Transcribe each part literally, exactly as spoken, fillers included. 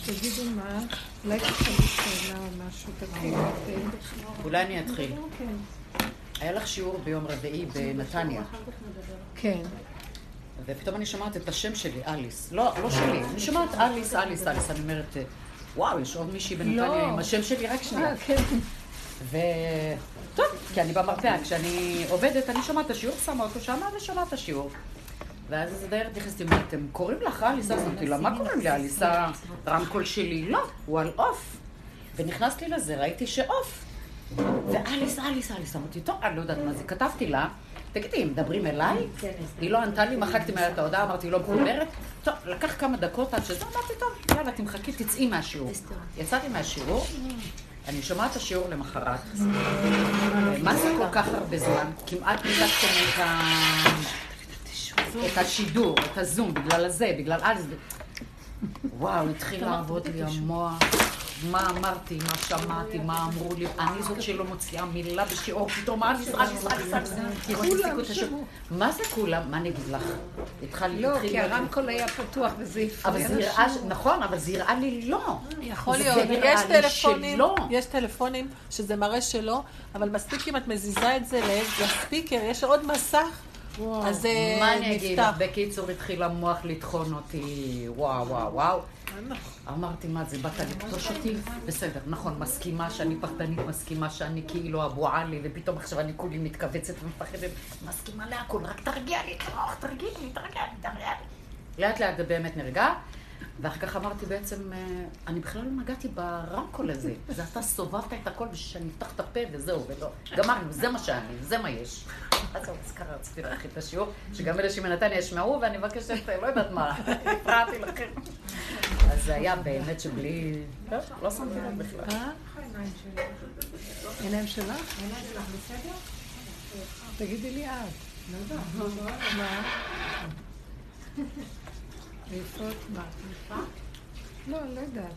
תגידו מה, אולי תתחיל שאלה או משהו, תתחיל. אולי אני אתחיל. היה לך שיעור ביום רביעי בנתניה. כן. ופתאום אני שומעת את השם שלי, אליס. לא, לא שלי. אני שומעת אליס, אליס, אליס. אני אומרת, וואו, יש עוד מישהי בנתניה עם השם שלי, רק שנייה. ו... טוב, כי אני במרפאה, כשאני עובדת, אני שומעת את השיעור, שמה אותו שמה ושומעת את השיעור. ואז איזה דיירת נכנסתי, מה, אתם קוראים לך אליס? אז אמרתי לה, מה קוראים לי אליס? הרמקול שלי? לא, הוא על אוף. ונכנסתי לזה, ראיתי שאוף. ואליס, אליס, אליס. אמרתי, טוב, אני לא יודעת מה זה. כתבתי לה, תגידי, הם מדברים אליי? היא לא ענתה לי, מחקתי מעלה את ההודעה, אמרתי, לא מחוברת. טוב, לקח כמה דקות עד שזה, אמרתי, טוב, יאללה, תמחקי, תצאי מהשיעור. יצאתי מהשיעור, אני שומעת את השיעור למחרת. מה זה כל כך הרבה זמן? כמעט ניתקתם את ה... את השידור, את הזום, בגלל הזה, בגלל אז. וואו, התחיל לעבוד לי המוח. מה אמרתי, מה שמעתי, מה אמרו לי. אני זאת שלא מוציאה מילה בשיעור, פתאום אליס, אליס, אליס, אליס. כולם שמעו. מה זה כולם? מה נגיד לך? לא, כי הרמקול היה פתוח וזה הפריע לשמוע. נכון, אבל זה יראה לי לא. יכול להיות. יש טלפונים, יש טלפונים שזה מראה שלא, אבל מספיק אם את מזיזה את זה לספיקר, יש עוד מסך. אז זה נפתח. מה אני אגיד לך? בקיצור התחיל המוח לטחון אותי, וואו וואו וואו. אמרתי מה זה, באת לקטוש אותי? בסדר, נכון, מסכימה שאני פחדנית, מסכימה שאני כאילו אבועה לי, ופתאום עכשיו אני כולי מתכווצת ומפחדת, מסכימה להכל, רק תרגיע לי, תרגיע לי, תרגיע לי, תרגיע לי. לאט לאט זה באמת נרגע, ואחר כך אמרתי בעצם, אני בכלל לא נגעתי ברמקול הזה, זה אתה סובבת את הכל בשביל שאני אפתח את הפה וזהו, ולא. גמרנו, זה מה שאני, זה מה יש. אז זהו, רציתי להכין את השיעור, שגם אלה שמנתניה ישמעו, ואני מבקשת, לא יודעת מה, הפרעתי לכם. אז זה היה באמת שבלי... לא שמתי לב בכלל. עיניים שלך? עיניים שלך בסדר? תגידי לי את. לא יודעת. מה? ליפות מה? לא, לא יודעת.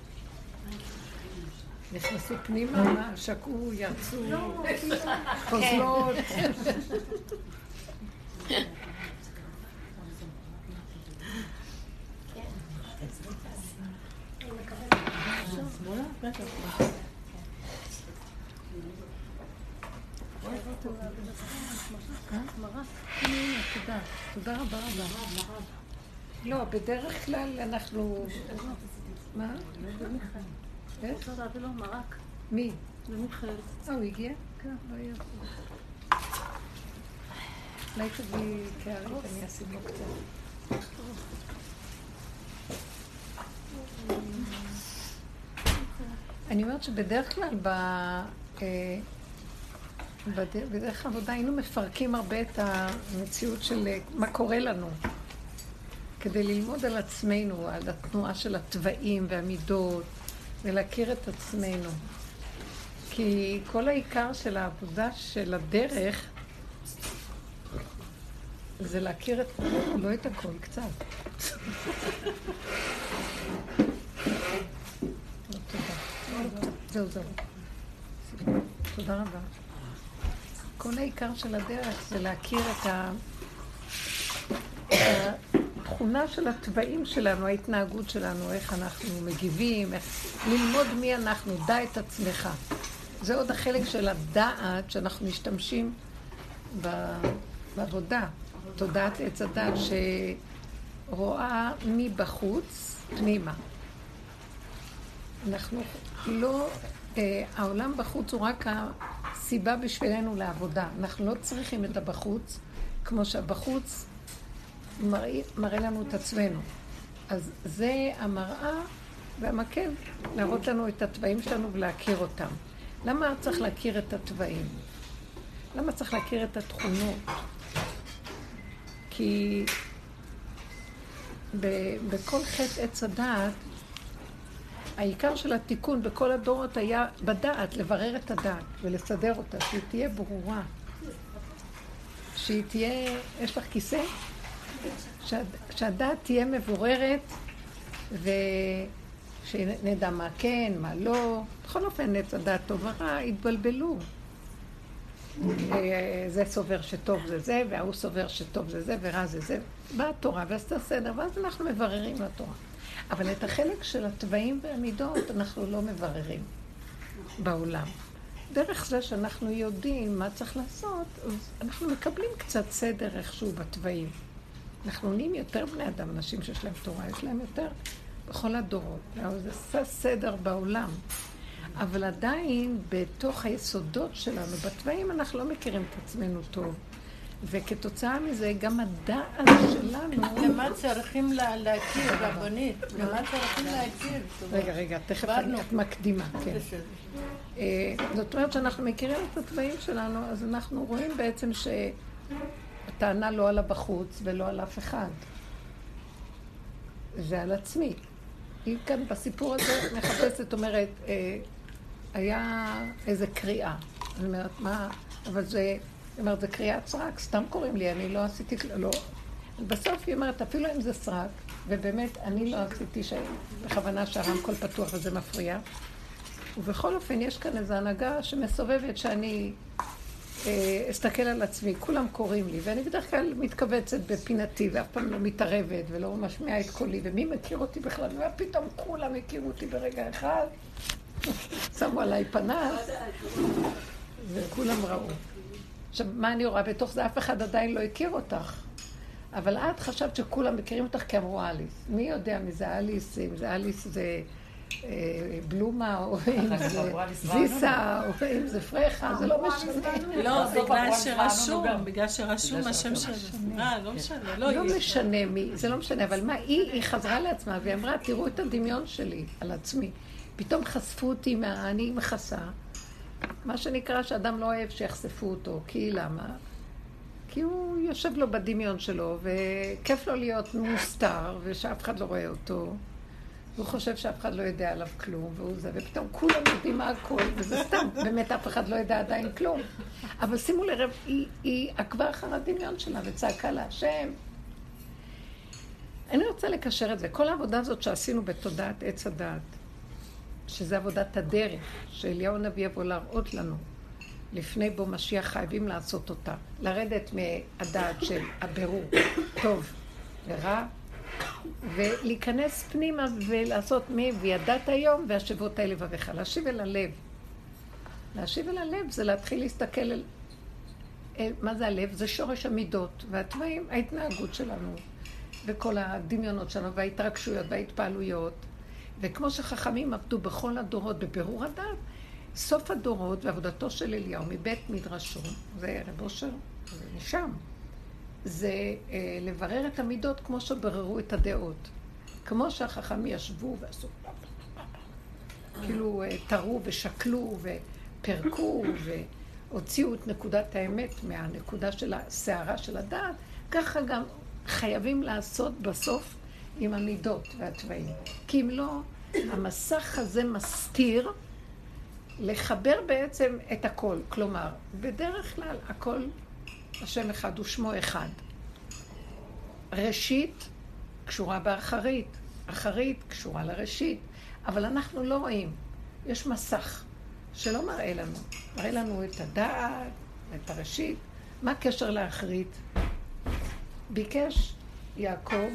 נכנסו פנימה, שקעו, ירצו, חוזלות. תודה, תודה רבה רבה. לא, בדרך כלל אנחנו... מה? איך? אפשר להביא לו מרק. מי? למיכאל. אה, הוא הגיע? כן, לא היה. אולי תביא קערית, אני אשים לו קצת. אני אומרת שבדרך כלל בדרך עבודה היינו מפרקים הרבה את המציאות של מה קורה לנו. כדי ללמוד על עצמנו, על התנועה של הטבעים והמידות, ולהכיר את עצמנו. כי כל העיקר של העבודה של הדרך, זה להכיר את... לא את הכל, קצת. תודה. זהו, זהו. תודה רבה. כל העיקר של הדרך זה להכיר את ה... התכונה של הטבעים שלנו, ההתנהגות שלנו, איך אנחנו מגיבים, איך ללמוד מי אנחנו, דע את עצמך. זה עוד החלק של הדעת שאנחנו משתמשים בעבודה. תודעת עץ הדעת שרואה מבחוץ פנימה. אנחנו לא, העולם בחוץ הוא רק הסיבה בשבילנו לעבודה. אנחנו לא צריכים את הבחוץ, כמו שהבחוץ מראה, מראה לנו את עצמנו. אז זה המראה והמקל, להראות לנו את הטבעים שלנו ולהכיר אותם. למה צריך להכיר את הטבעים? למה צריך להכיר את התכונות? כי בכל חטא עץ הדעת, העיקר של התיקון בכל הדורות היה בדעת, לברר את הדעת ולסדר אותה, שהיא תהיה ברורה. שהיא תהיה, יש לך כיסא? שהד... שהדעת תהיה מבוררת ושנדע מה כן, מה לא. בכל אופן, עץ הדעת טוב ורע, התבלבלו. זה סובר שטוב זה זה, והוא סובר שטוב זה זה, ורע זה זה. באה התורה ועשתה סדר, ואז אנחנו מבררים לתורה. אבל את החלק של הטבעים והמידות אנחנו לא מבררים בעולם. דרך זה שאנחנו יודעים מה צריך לעשות, אז אנחנו מקבלים קצת סדר איכשהו בטבעים. אנחנו נהיים יותר בני אדם, אנשים שיש להם תורה, יש להם יותר בכל הדורות. זה עשה סדר בעולם. אבל עדיין, בתוך היסודות שלנו, בטבעים אנחנו לא מכירים את עצמנו טוב. וכתוצאה מזה, גם הדעת שלנו... למה צריכים להכיר, רבנית? למה צריכים להכיר? רגע, רגע, תכף את מקדימה, כן. זאת אומרת שאנחנו מכירים את הטבעים שלנו, אז אנחנו רואים בעצם שהטענה לא עלה בחוץ ולא על אף אחד. זה על עצמי. היא כאן בסיפור הזה מחפשת, אומרת, היה איזה קריאה. אני אומרת, מה? אבל זה... היא אומרת, זה קריאת סרק, סתם קוראים לי, אני לא עשיתי, לא. בסוף היא אומרת, אפילו אם זה סרק, ובאמת אני לא עשיתי בכוונה שהרמקול פתוח וזה מפריע, ובכל אופן יש כאן איזו הנהגה שמסובבת שאני אה, אסתכל על עצמי, כולם קוראים לי, ואני בדרך כלל מתכווצת בפינתי, ואף פעם לא מתערבת ולא משמיעה את קולי, ומי מכיר אותי בכלל, ופתאום כולם הכירו אותי ברגע אחד, שמו עליי פנס, וכולם ראו. עכשיו, מה אני רואה? בתוך זה אף אחד עדיין לא הכיר אותך. אבל את חשבת שכולם מכירים אותך כי אמרו אליס. מי יודע מי זה אליס? אם זה אליס זה אה, בלומה, או אם זה זיסה, או אם זה פרחה, זה לא משנה. לא, בגלל שרשום, בגלל שרשום השם שלו. אה, לא משנה. לא משנה מי, זה לא משנה. אבל מה, היא חזרה לעצמה והיא אמרה, תראו את הדמיון שלי על עצמי. פתאום חשפו אותי מה אני מכסה. מה שנקרא שאדם לא אוהב שיחשפו אותו, כי למה? כי הוא יושב לו בדמיון שלו, וכיף לו להיות מוסתר, ושאף אחד לא רואה אותו, והוא חושב שאף אחד לא יודע עליו כלום, והוא זה, ופתאום כולם יודעים מה הכל, וזה סתם, באמת אף אחד לא יודע עדיין כלום. אבל שימו לרב, היא, היא עקבה אחר הדמיון שלה, וצעקה לה, השם. אני רוצה לקשר את זה, כל העבודה הזאת שעשינו בתודעת עץ הדעת, שזה עבודת הדרך, שאליהו הנביא יבוא להראות לנו. לפני בו משיח חייבים לעשות אותה. לרדת מהדעת של הבירור, טוב ורע, ולהיכנס פנימה ולעשות מי וידעת היום והשבות האלה לבביך. להשיב אל הלב. להשיב אל הלב זה להתחיל להסתכל אל... אל... מה זה הלב? זה שורש המידות והטבעים, ההתנהגות שלנו, וכל הדמיונות שלנו, וההתרגשויות וההתפעלויות. וכמו שחכמים עבדו בכל הדורות בבירור הדעת, סוף הדורות ועבודתו של אליהו מבית מדרשו, זה רב אושר, זה משם, זה אה, לברר את המידות כמו שבררו את הדעות. כמו שהחכמים ישבו ועשו, כאילו תרו ושקלו ופרקו והוציאו את נקודת האמת מהנקודה של השערה של הדעת, ככה גם חייבים לעשות בסוף עם המידות והטבעים. כי אם לא, המסך הזה מסתיר לחבר בעצם את הכל. כלומר, בדרך כלל הכל השם אחד ושמו אחד. ראשית קשורה באחרית, אחרית קשורה לראשית, אבל אנחנו לא רואים. יש מסך שלא מראה לנו. מראה לנו את הדעת, את הראשית. מה הקשר לאחרית? ביקש יעקב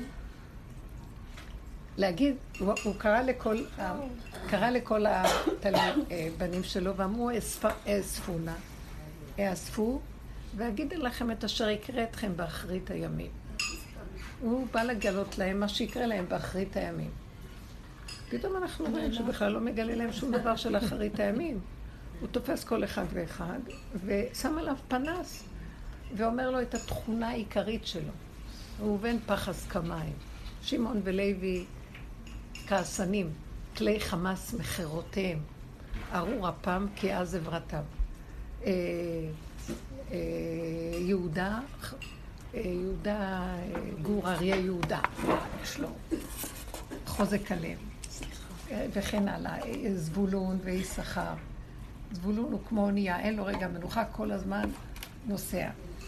להגיד, הוא, הוא קרא לכל, קרא לכל הבנים שלו ואמרו, אספו נא, אספו, ואגיד לכם את אשר יקרה אתכם באחרית הימים. הוא בא לגלות להם מה שיקרה להם באחרית הימים. פתאום אנחנו רואים שבכלל לא מגלה להם שום דבר של אחרית הימים. הוא תופס כל אחד ואחד ושם עליו פנס ואומר לו את התכונה העיקרית שלו. הוא בן פחז כמיים. שמעון ולוי כעסנים, כלי חמאס מחירותיהם, ארור אפם כי אז עברתם. אה, אה, יהודה, אה, יהודה, אה, גור אריה יהודה, יש לו חוזק הלב, אה, וכן הלאה, אה, זבולון ויששכר. זבולון הוא כמו אונייה, אין לו רגע מנוחה, כל הזמן נוסע.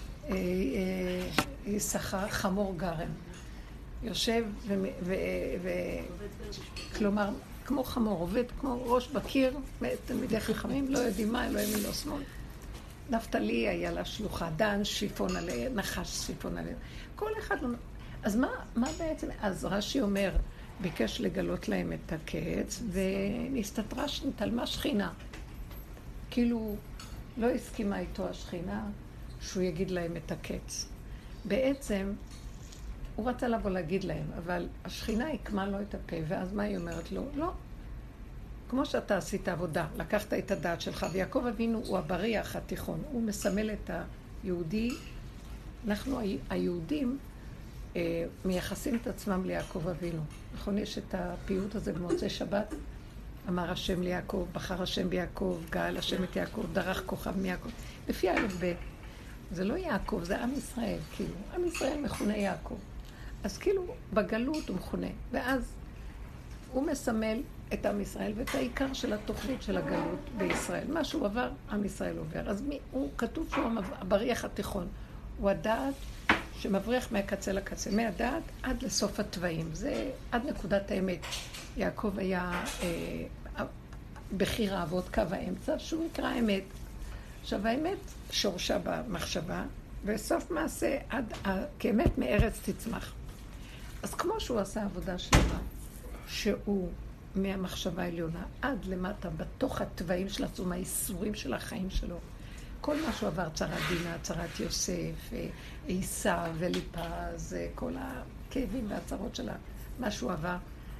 יששכר חמור גרם. יושב ו... ו... ו... כלומר, כמו חמור, עובד כמו ראש בקיר, תלמידי חכמים, לא יודעים מה, לא ימין, לא שמאל. נפתלי היה לה שלוחה, דן שיפון עליה, נחש שיפון עליה. כל אחד... אז מה, מה בעצם... אז רש"י אומר, ביקש לגלות להם את הקץ, ונסתתרה, נתעלמה שכינה. כאילו, לא הסכימה איתו השכינה, שהוא יגיד להם את הקץ. בעצם, הוא רצה לבוא להגיד להם, אבל השכינה הקמה לו את הפה, ואז מה היא אומרת לו? לא. כמו שאתה עשית עבודה, לקחת את הדעת שלך, ויעקב אבינו הוא הבריח התיכון, הוא מסמל את היהודי. אנחנו היהודים אה, מייחסים את עצמם ליעקב אבינו. נכון, יש את הפיוט הזה במוצאי שבת, אמר השם ליעקב, בחר השם ביעקב, גאל השם את יעקב, דרך כוכב מיעקב. לפי האלף בית, זה לא יעקב, זה עם ישראל, כאילו. עם ישראל מכונה יעקב. אז כאילו בגלות הוא מכונה, ואז הוא מסמל את עם ישראל ואת העיקר של התוכנית של הגלות בישראל. מה שהוא עבר, עם ישראל עובר. אז מי, הוא כתוב שהוא הבריח התיכון. הוא הדעת שמבריח מהקצה לקצה, מהדעת עד לסוף התוואים. זה עד נקודת האמת. יעקב היה אה, בחיר האבות, קו האמצע, שהוא נקרא האמת. עכשיו האמת שורשה במחשבה, וסוף מעשה עד כאמת מארץ תצמח. אז כמו שהוא עשה עבודה שלמה, שהוא מהמחשבה העליונה עד למטה, בתוך התוואים של עצמו, האיסורים של החיים שלו, כל מה שהוא עבר, צרת דינה, צרת יוסף, עיסה וליפז, כל הכאבים והצרות שלה, מה שהוא עבר.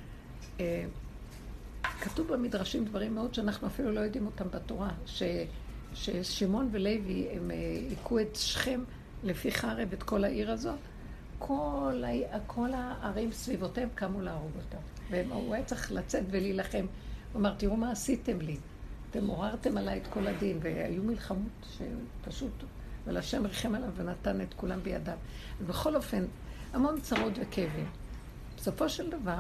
כתוב במדרשים דברים מאוד שאנחנו אפילו לא יודעים אותם בתורה, ש... ששמעון ולוי הם עיקו את שכם לפי חרב את כל העיר הזאת, כל, ה... כל הערים סביבותיהם קמו להרוג אותם. והוא היה צריך לצאת ולהילחם. הוא אמר, תראו מה עשיתם לי. אתם עוררתם עליי את כל הדין, והיו מלחמות שפשוט, אבל השם ריחם עליו ונתן את כולם בידיו. ובכל אופן, המון צרות וכאבים. בסופו של דבר,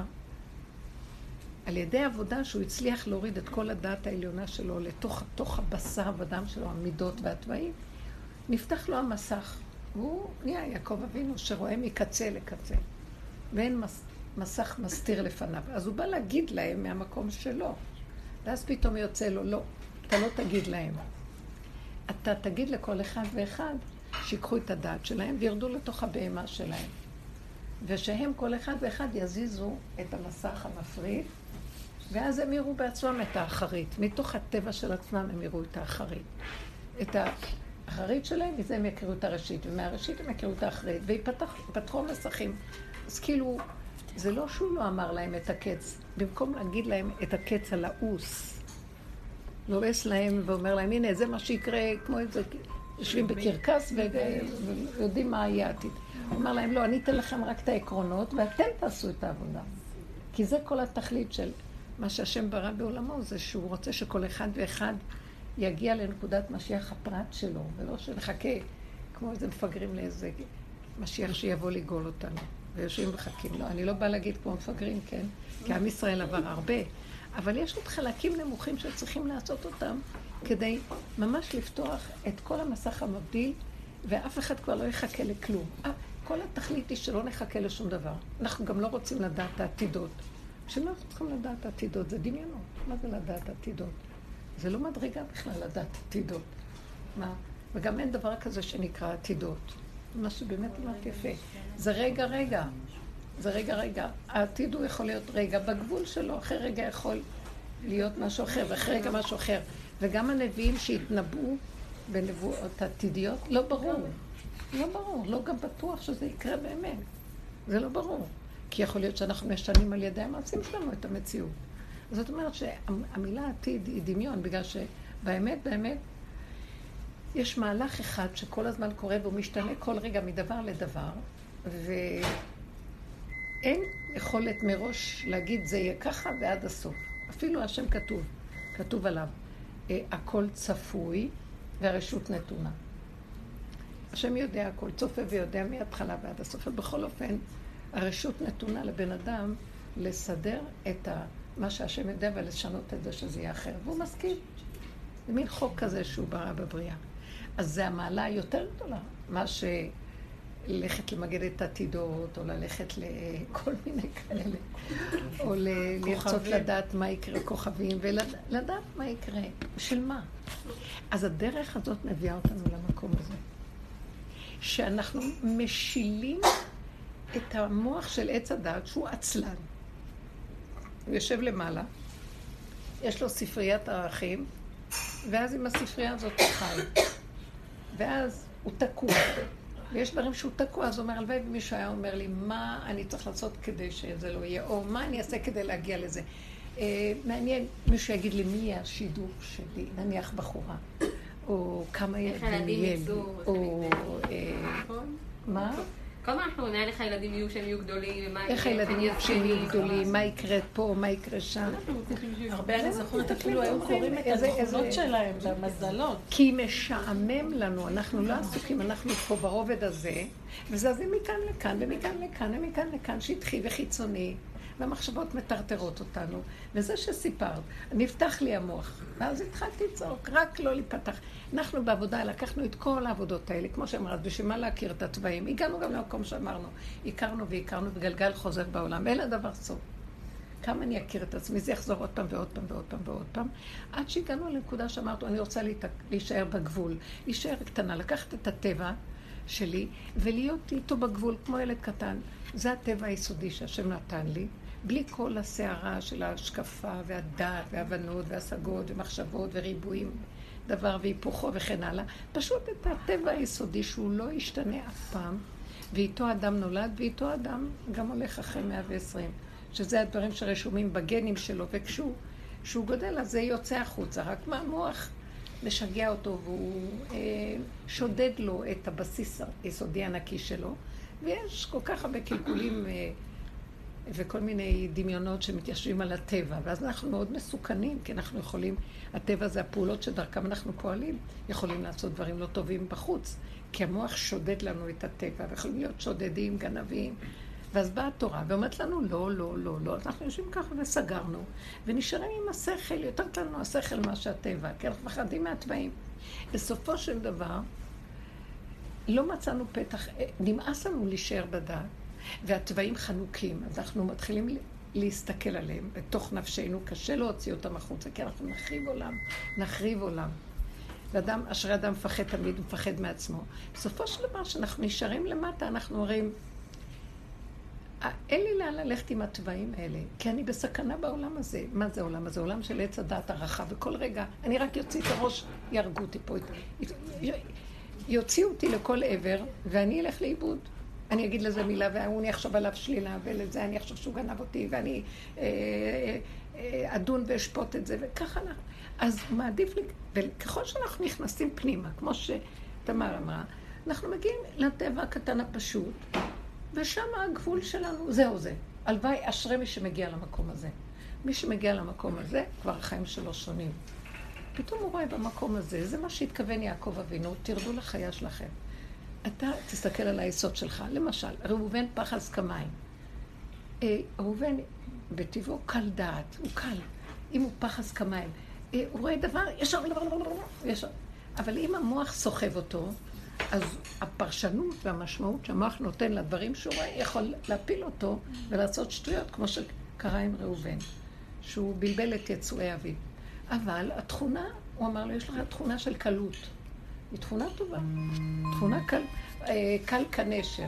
על ידי עבודה שהוא הצליח להוריד את כל הדעת העליונה שלו לתוך תוך הבשר ודם שלו, המידות והתוואים, נפתח לו המסך. והוא נהיה יעקב אבינו שרואה מקצה לקצה. ואין מס, מסך מסתיר לפניו. אז הוא בא להגיד להם מהמקום שלו. ואז פתאום יוצא לו, לא, אתה לא תגיד להם. אתה תגיד לכל אחד ואחד שיקחו את הדעת שלהם וירדו לתוך הבהמה שלהם. ושהם כל אחד ואחד יזיזו את המסך המפריד, ואז הם יראו בעצמם את האחרית. מתוך הטבע של עצמם הם יראו את האחרית. את האחרית שלהם, מזה הם יכירו את הראשית, ומהראשית הם יכירו את האחרית, ויפתחו מסכים. אז כאילו, זה לא שהוא לא אמר להם את הקץ, במקום להגיד להם את הקץ על העוס, לועס להם ואומר להם, הנה, זה מה שיקרה, כמו איזה, יושבים בקרקס ויודעים מה יהיה העתיד. הוא אומר להם, לא, אני אתן לכם רק את העקרונות, ואתם תעשו את העבודה. כי זה כל התכלית של מה שהשם ברא בעולמו, זה שהוא רוצה שכל אחד ואחד יגיע לנקודת משיח הפרט שלו, ולא שנחכה כמו איזה מפגרים לאיזה משיח שיבוא לגאול אותנו. ויושבים וחכים. לא, אני לא באה להגיד כמו מפגרים, כן? כי עם ישראל עבר הרבה. אבל יש עוד חלקים נמוכים שצריכים לעשות אותם כדי ממש לפתוח את כל המסך המבדיל, ואף אחד כבר לא יחכה לכלום. אה, כל התכלית היא שלא נחכה לשום דבר. אנחנו גם לא רוצים לדעת העתידות. כשלא אנחנו צריכים לדעת העתידות, זה דמיונות. מה זה לדעת העתידות? זה לא מדרגה בכלל לדעת עתידות. מה? וגם אין דבר כזה שנקרא עתידות. מה שבאמת אמרת יפה. זה רגע רגע. זה רגע רגע. העתיד הוא יכול להיות רגע בגבול שלו, אחרי רגע יכול להיות משהו אחר, ואחרי רגע משהו אחר. וגם הנביאים שהתנבאו בנבואות עתידיות, לא ברור. לא ברור, לא גם בטוח שזה יקרה באמת. זה לא ברור. כי יכול להיות שאנחנו משנים על ידי המעשים שלנו את המציאות. זאת אומרת שהמילה עתיד היא דמיון, בגלל שבאמת, באמת, יש מהלך אחד שכל הזמן קורה והוא משתנה כל רגע מדבר לדבר, ואין יכולת מראש להגיד זה יהיה ככה ועד הסוף. אפילו השם כתוב, כתוב עליו, הכל צפוי והרשות נתונה. השם יודע הכל, צופה ויודע מההתחלה ועד הסוף. בכל אופן, הרשות נתונה לבן אדם לסדר את מה שהשם יודע ולשנות את זה שזה יהיה אחר. והוא מסכים. זה מין חוק כזה שהוא ברא בבריאה. אז זה המעלה היותר גדולה, מה ללכת למגד את עתידות, או ללכת לכל מיני כאלה, או לרצות לדעת מה יקרה, כוכבים, ולדעת מה יקרה, של מה. אז הדרך הזאת מביאה אותנו למקום הזה. שאנחנו משילים את המוח של עץ הדעת, שהוא עצלן. הוא יושב למעלה, יש לו ספריית ערכים, ואז עם הספרייה הזאת הוא חי. ואז הוא תקוע. ויש דברים שהוא תקוע, אז הוא אומר, הלוואי ומישהו היה אומר לי, מה אני צריך לעשות כדי שזה לא יהיה, או מה אני אעשה כדי להגיע לזה. אה, מעניין, מישהו יגיד לי, מי יהיה השידור שלי, נניח בחורה, או כמה ילדים יהיה לי, או... מה? כל מה אנחנו נראה איך הילדים יהיו שהם יהיו גדולים, איך הילדים יהיו שהם יהיו גדולים, מה יקרה פה, מה יקרה שם. הרבה אני זוכרת אפילו היו קוראים את הזכונות שלהם, במזלות. כי משעמם לנו, אנחנו לא עסוקים, אנחנו פה ברובד הזה, וזזים מכאן לכאן, ומכאן לכאן, ומכאן לכאן, שטחי וחיצוני, והמחשבות מטרטרות אותנו. וזה שסיפרת, נפתח לי המוח, ואז התחלתי לצעוק, רק לא להיפתח. אנחנו בעבודה, לקחנו את כל העבודות האלה, כמו שאמרת, בשביל מה להכיר את הצבעים. הגענו גם למקום שאמרנו, הכרנו והכרנו, וגלגל חוזר בעולם, אין לדבר סוף. כמה אני אכיר את עצמי, זה יחזור עוד פעם ועוד פעם ועוד פעם ועוד פעם, עד שהגענו לנקודה שאמרנו, אני רוצה להישאר בגבול, להישאר קטנה, לקחת את הטבע שלי, ולהיות איתו בגבול, כמו ילד קטן. זה הטבע היסודי שהשם נתן לי, בלי כל הסערה של ההשקפה והדעת והבנות והשגות ומחשבות וריבועים, דבר והיפוכו וכן הלאה. פשוט את הטבע היסודי שהוא לא ישתנה אף פעם, ואיתו אדם נולד, ואיתו אדם גם הולך אחרי מאה ועשרים, שזה הדברים שרשומים בגנים שלו, וכשהוא גודל אז זה יוצא החוצה, רק מהמוח משגע אותו, והוא אה, שודד לו את הבסיס היסודי הנקי שלו, ויש כל כך הרבה קלקולים אה, וכל מיני דמיונות שמתיישבים על הטבע, ואז אנחנו מאוד מסוכנים, כי אנחנו יכולים, הטבע זה הפעולות שדרכם אנחנו פועלים, יכולים לעשות דברים לא טובים בחוץ, כי המוח שודד לנו את הטבע, ויכולים להיות שודדים, גנבים, ואז באה התורה ואומרת לנו, לא, לא, לא, לא, אנחנו יושבים ככה וסגרנו, ונשארים עם השכל, יותר לנו השכל מה שהטבע, כי אנחנו מפחדים מהטבעים. בסופו של דבר, לא מצאנו פתח, נמאס לנו להישאר בדעת, והטבעים חנוקים, אז אנחנו מתחילים להסתכל עליהם, בתוך נפשנו, קשה להוציא אותם החוצה, כי אנחנו נחריב עולם, נחריב עולם. ואדם, אשרי אדם מפחד תמיד, מפחד מעצמו. בסופו של דבר, שאנחנו נשארים למטה, אנחנו אומרים, אין לי לאן ללכת עם הטבעים האלה, כי אני בסכנה בעולם הזה. מה זה העולם הזה? עולם של עץ הדעת הרחב, וכל רגע, אני רק יוציא את הראש, ירגו אותי פה, יוציאו אותי לכל עבר, ואני אלך לאיבוד. אני אגיד לזה מילה, ואני אחשוב עליו שלילה, ולזה אני אחשוב שהוא גנב אותי, ואני אה, אה, אדון ואשפוט את זה, וככה אנחנו. אז מעדיף לי, וככל שאנחנו נכנסים פנימה, כמו שתמר אמרה, אנחנו מגיעים לטבע הקטן הפשוט, ושם הגבול שלנו, זהו זה. הלוואי, אשרי מי שמגיע למקום הזה. מי שמגיע למקום הזה, כבר החיים שלו שונים. פתאום הוא רואה במקום הזה, זה מה שהתכוון יעקב אבינו, תרדו לחיה שלכם. אתה תסתכל על היסוד שלך. למשל, ראובן פחז כמיים. אה, ראובן בטבעו קל דעת, הוא קל. אם הוא פחז כמיים, אה, הוא רואה דבר, ישר, ישר. אבל אם המוח סוחב אותו, אז הפרשנות והמשמעות שהמוח נותן לדברים שהוא רואה, יכול להפיל אותו ולעשות שטויות, כמו שקרה עם ראובן, שהוא בלבל את יצואי אביו. אבל התכונה, הוא אמר לו, יש לך תכונה של קלות. היא תכונה טובה. תכונה קל, אה, קל כנשר.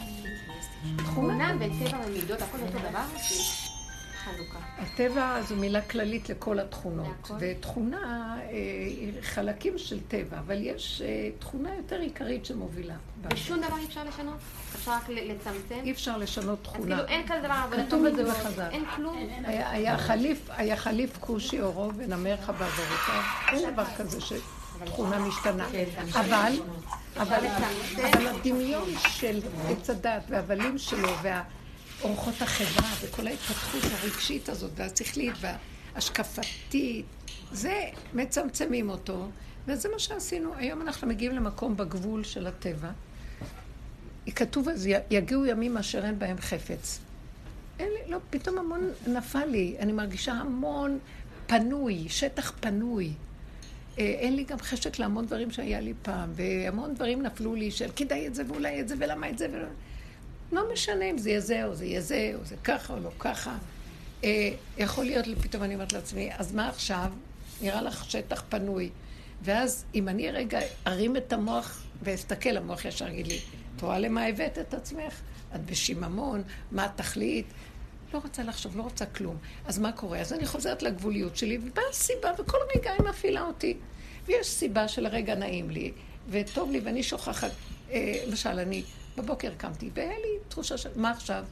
תכונה וטבע ומידות, הכל אותו דבר? חלוקה. הטבע זו מילה כללית לכל התכונות. ותכונה היא אה, חלקים של טבע, אבל יש אה, תכונה יותר עיקרית שמובילה. ושום דבר אי אפשר לשנות? אפשר רק לצמצם? אי אפשר לשנות תכונה. אז כאילו אין כזה דבר, אבל כתוב את זה בחז"ל. אין כלום. היה, היה חליף, היה חליף כושי אורו ונמר חווה בורותיו. אין דבר כזה שתכונה משתנה. אבל, אבל, אבל הדמיון של עץ הדת והבלים שלו והאורחות החברה וכל ההתפתחות הרגשית הזאת והשכלית וההשקפתית, זה מצמצמים אותו. וזה מה שעשינו. היום אנחנו מגיעים למקום בגבול של הטבע. כתוב אז, יגיעו ימים אשר אין בהם חפץ. אין לי, לא, פתאום המון נפל לי. אני מרגישה המון פנוי, שטח פנוי. אין לי גם חשק להמון דברים שהיה לי פעם, והמון דברים נפלו לי של כדאי את זה ואולי את זה ולמה את זה ולא... לא משנה אם זה יהיה זה או זה יהיה זה או זה ככה או לא ככה. יכול להיות לי, פתאום אני אומרת לעצמי, אז מה עכשיו? נראה לך שטח פנוי. ואז אם אני רגע ארים את המוח ואסתכל, המוח ישר יגיד לי, תראה למה הבאת את עצמך? את בשיממון, מה התכלית? לא רוצה לחשוב, לא רוצה כלום. אז מה קורה? אז אני חוזרת לגבוליות שלי, ובאה סיבה, וכל רגע היא מפעילה אותי. ויש סיבה של הרגע נעים לי, וטוב לי, ואני שוכחת. אה, למשל, אני בבוקר קמתי, והיה לי תחושה של, מה עכשיו?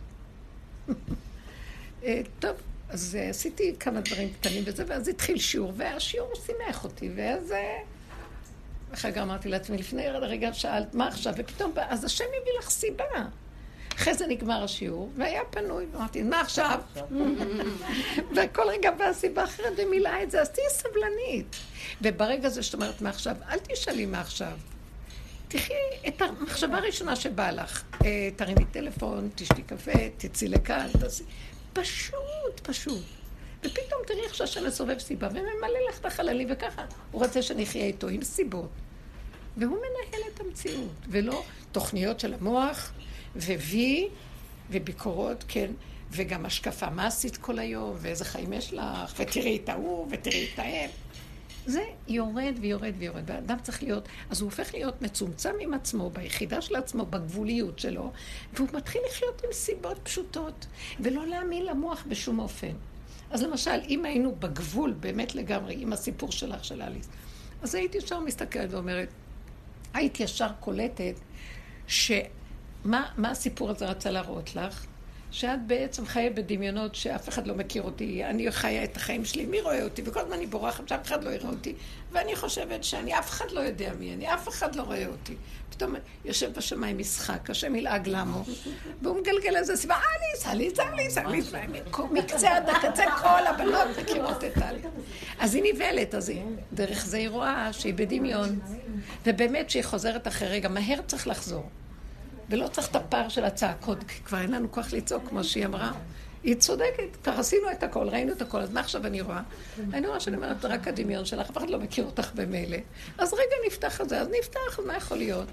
אה, טוב, אז אה, עשיתי כמה דברים קטנים וזה, ואז התחיל שיעור, והשיעור שימח אותי, ואז... אחר כך אמרתי לעצמי, לפני רגע שאלת, מה עכשיו? ופתאום, אז השם הביא לך סיבה. אחרי זה נגמר השיעור, והיה פנוי, ואמרתי, מה עכשיו? וכל רגע באה סיבה אחרת ומילאה את זה, אז תהיי סבלנית. וברגע זה שאת אומרת, מה עכשיו? אל תשאלי מה עכשיו. תחי את המחשבה הראשונה שבאה לך. תרימי טלפון, תשתי קפה, תצאי לכאן, תעשי. פשוט, פשוט. ופתאום תראי איך שהשם מסובב סיבה, וממלא לך את החללים, וככה הוא רוצה שנחיה איתו עם סיבות. והוא מנהל את המציאות, ולא תוכניות של המוח, ווי, וביקורות, כן, וגם השקפה, מה עשית כל היום, ואיזה חיים יש לך, ותראי את ההוא, ותראי את ההם. זה יורד ויורד ויורד, והאדם צריך להיות, אז הוא הופך להיות מצומצם עם עצמו, ביחידה של עצמו, בגבוליות שלו, והוא מתחיל לחיות עם סיבות פשוטות, ולא להאמין למוח בשום אופן. אז למשל, אם היינו בגבול באמת לגמרי, עם הסיפור שלך של אליס, אז הייתי ישר מסתכלת ואומרת, הייתי ישר קולטת, שמה מה הסיפור הזה רצה להראות לך? שאת בעצם חיה בדמיונות שאף אחד לא מכיר אותי, אני חיה את החיים שלי, מי רואה אותי? וכל הזמן אני בורחת שאף אחד לא יראה אותי, ואני חושבת שאני, אף אחד לא יודע מי אני, אף אחד לא רואה אותי. פתאום יושב בשמיים משחק, השם ילעג למו, והוא מגלגל איזה סיבה, אליס, אליס, אליס, אליס, מקצה עד הקצה, כל הבנות מכירות את אליס. אז היא נבלת, אז דרך זה היא רואה שהיא בדמיון, ובאמת שהיא חוזרת אחרי רגע, מהר צריך לחזור. ולא צריך את הפער של הצעקות, כי כבר אין לנו כוח לצעוק, כמו שהיא אמרה. היא צודקת, כבר עשינו את הכל, ראינו את הכל, אז מה עכשיו אני רואה? אני רואה שאני אומרת, רק הדמיון שלך, אף אחד לא מכיר אותך במילא. אז רגע נפתח את זה, אז נפתח, אז מה יכול להיות?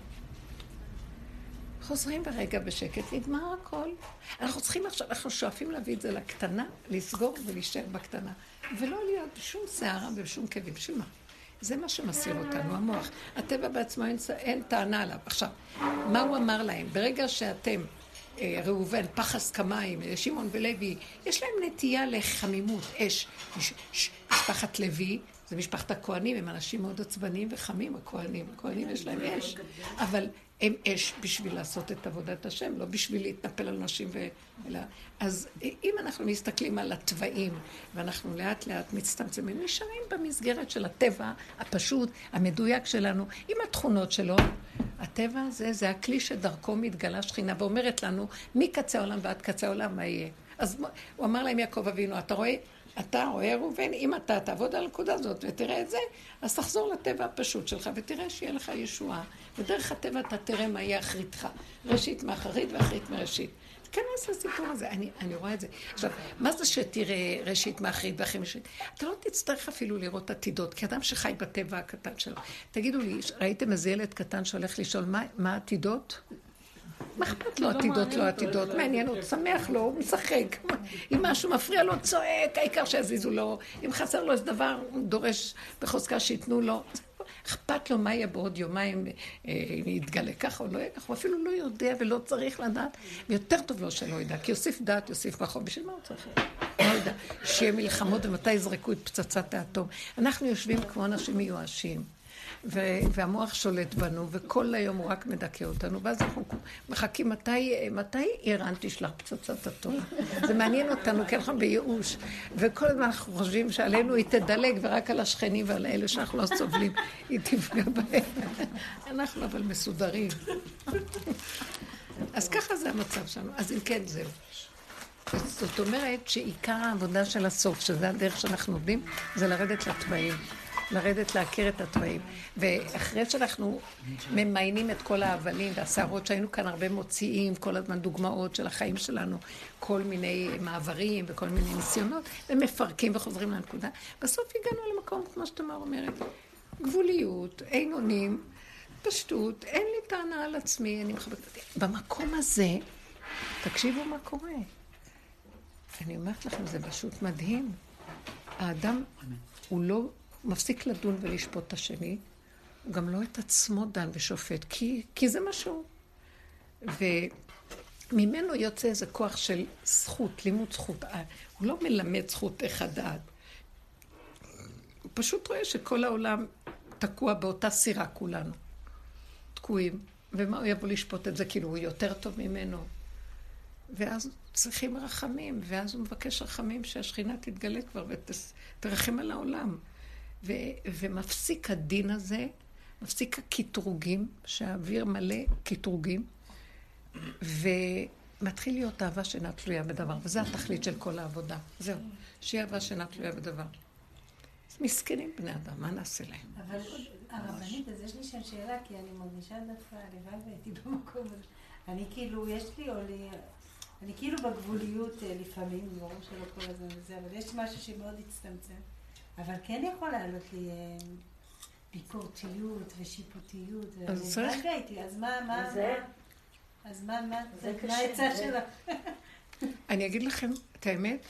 חוזרים ברגע בשקט, נגמר הכל. אנחנו צריכים עכשיו, אנחנו שואפים להביא את זה לקטנה, לסגור ולהישאר בקטנה, ולא להיות בשום שערה ובשום כאבים, בשביל מה? זה מה שמסיר אותנו, המוח. הטבע בעצמו אין, אין טענה עליו. עכשיו, מה הוא אמר להם? ברגע שאתם, אה, ראובן, פחס כמיים, שמעון ולוי, יש להם נטייה לחמימות, אש. ש, ש, משפחת לוי, זה משפחת הכהנים, הם אנשים מאוד עצבניים וחמים, הכהנים. הכהנים יש להם אש, אבל הם אש בשביל לעשות את עבודת השם, לא בשביל להתנפל על נשים ו... אלא... אז אם אנחנו מסתכלים על הטבעים, ואנחנו לאט לאט מצטמצמים, נשארים במסגרת של הטבע הפשוט, המדויק שלנו, עם התכונות שלו. הטבע הזה, זה הכלי שדרכו מתגלה שכינה, ואומרת לנו, מקצה העולם ועד קצה העולם, מה יהיה? אז הוא אמר להם, יעקב אבינו, אתה רואה? אתה רואה ראובן, אם אתה תעבוד על הנקודה הזאת ותראה את זה, אז תחזור לטבע הפשוט שלך ותראה שיהיה לך ישועה. ודרך הטבע אתה תראה מה יהיה אחריתך. ראשית מאחרית ואחרית מראשית. תכנס לסיפור הזה, אני, אני רואה את זה. עכשיו, מה זה שתראה ראשית מאחרית ואחרית מראשית? אתה לא תצטרך אפילו לראות עתידות, כי אדם שחי בטבע הקטן שלו. תגידו לי, ראיתם איזה ילד קטן שהולך לשאול מה, מה עתידות? מה אכפת לו עתידות, לא עתידות? מעניין, הוא שמח לו, הוא משחק. אם משהו מפריע לו, צועק, העיקר שיזיזו לו. אם חסר לו איזה דבר, הוא דורש בחוזקה שיתנו לו. אכפת לו מה יהיה בעוד יומיים, אם יתגלה ככה או לא יהיה ככה. הוא אפילו לא יודע ולא צריך לדעת. ויותר טוב לו שלא ידע, כי יוסיף דעת, יוסיף בחוב. בשביל מה הוא צריך? לא יודע. שיהיה מלחמות ומתי יזרקו את פצצת האטום. אנחנו יושבים כמו אנשים מיואשים. והמוח שולט בנו, וכל היום הוא רק מדכא אותנו, ואז אנחנו מחכים מתי, מתי איראן תשלח פצצת אטום. זה מעניין אותנו, כי אנחנו בייאוש, וכל הזמן אנחנו חושבים שעלינו היא תדלג, ורק על השכנים ועל אלה שאנחנו לא סובלים, היא תפגע בהם. אנחנו אבל מסודרים. אז ככה זה המצב שלנו. אז אם כן, זהו. זאת אומרת שעיקר העבודה של הסוף, שזה הדרך שאנחנו עובדים, זה לרדת לטבעים. לרדת להכיר את הטבעים. ואחרי שאנחנו ממיינים את כל ההבלים והסערות שהיינו כאן הרבה מוציאים, כל הזמן דוגמאות של החיים שלנו, כל מיני מעברים וכל מיני ניסיונות, ומפרקים וחוזרים לנקודה. בסוף הגענו למקום, כמו שתמר אומרת, גבוליות, אין אונים, פשטות, אין לי טענה על עצמי, אני מחבקת אותי. במקום הזה, תקשיבו מה קורה. אני אומרת לכם, זה פשוט מדהים. האדם, הוא לא מפסיק לדון ולשפוט את השני, הוא גם לא את עצמו דן ושופט, כי, כי זה משהו. וממנו יוצא איזה כוח של זכות, לימוד זכות. הוא לא מלמד זכות איך הדעת. הוא פשוט רואה שכל העולם תקוע באותה סירה כולנו. תקועים. ומה הוא יבוא לשפוט את זה? כאילו הוא יותר טוב ממנו. ואז צריכים רחמים, ואז הוא מבקש רחמים שהשכינה תתגלה כבר ותרחם על העולם. ו- ומפסיק הדין הזה, מפסיק הקטרוגים, שהאוויר מלא קטרוגים, ומתחיל להיות אהבה שאינה תלויה בדבר, וזה התכלית של כל העבודה. זהו, שהיא אהבה שאינה תלויה בדבר. מסכנים בני אדם, מה נעשה להם? אבל הרבנית, אז יש לי שם שאלה, כי אני מרגישה דווקא, הלוואי והייתי במקום הזה. אני כאילו, יש לי, או לי... אני כאילו בגבוליות לפעמים, ברור שלא כל הזמן וזה, אבל יש משהו שמאוד הצטמצם. אבל כן יכול לעלות לי ביקורתיות ושיפוטיות. אז צריך... אז מה, מה, זה? אז מה, מה, מה העצה שלה? אני אגיד לכם את האמת,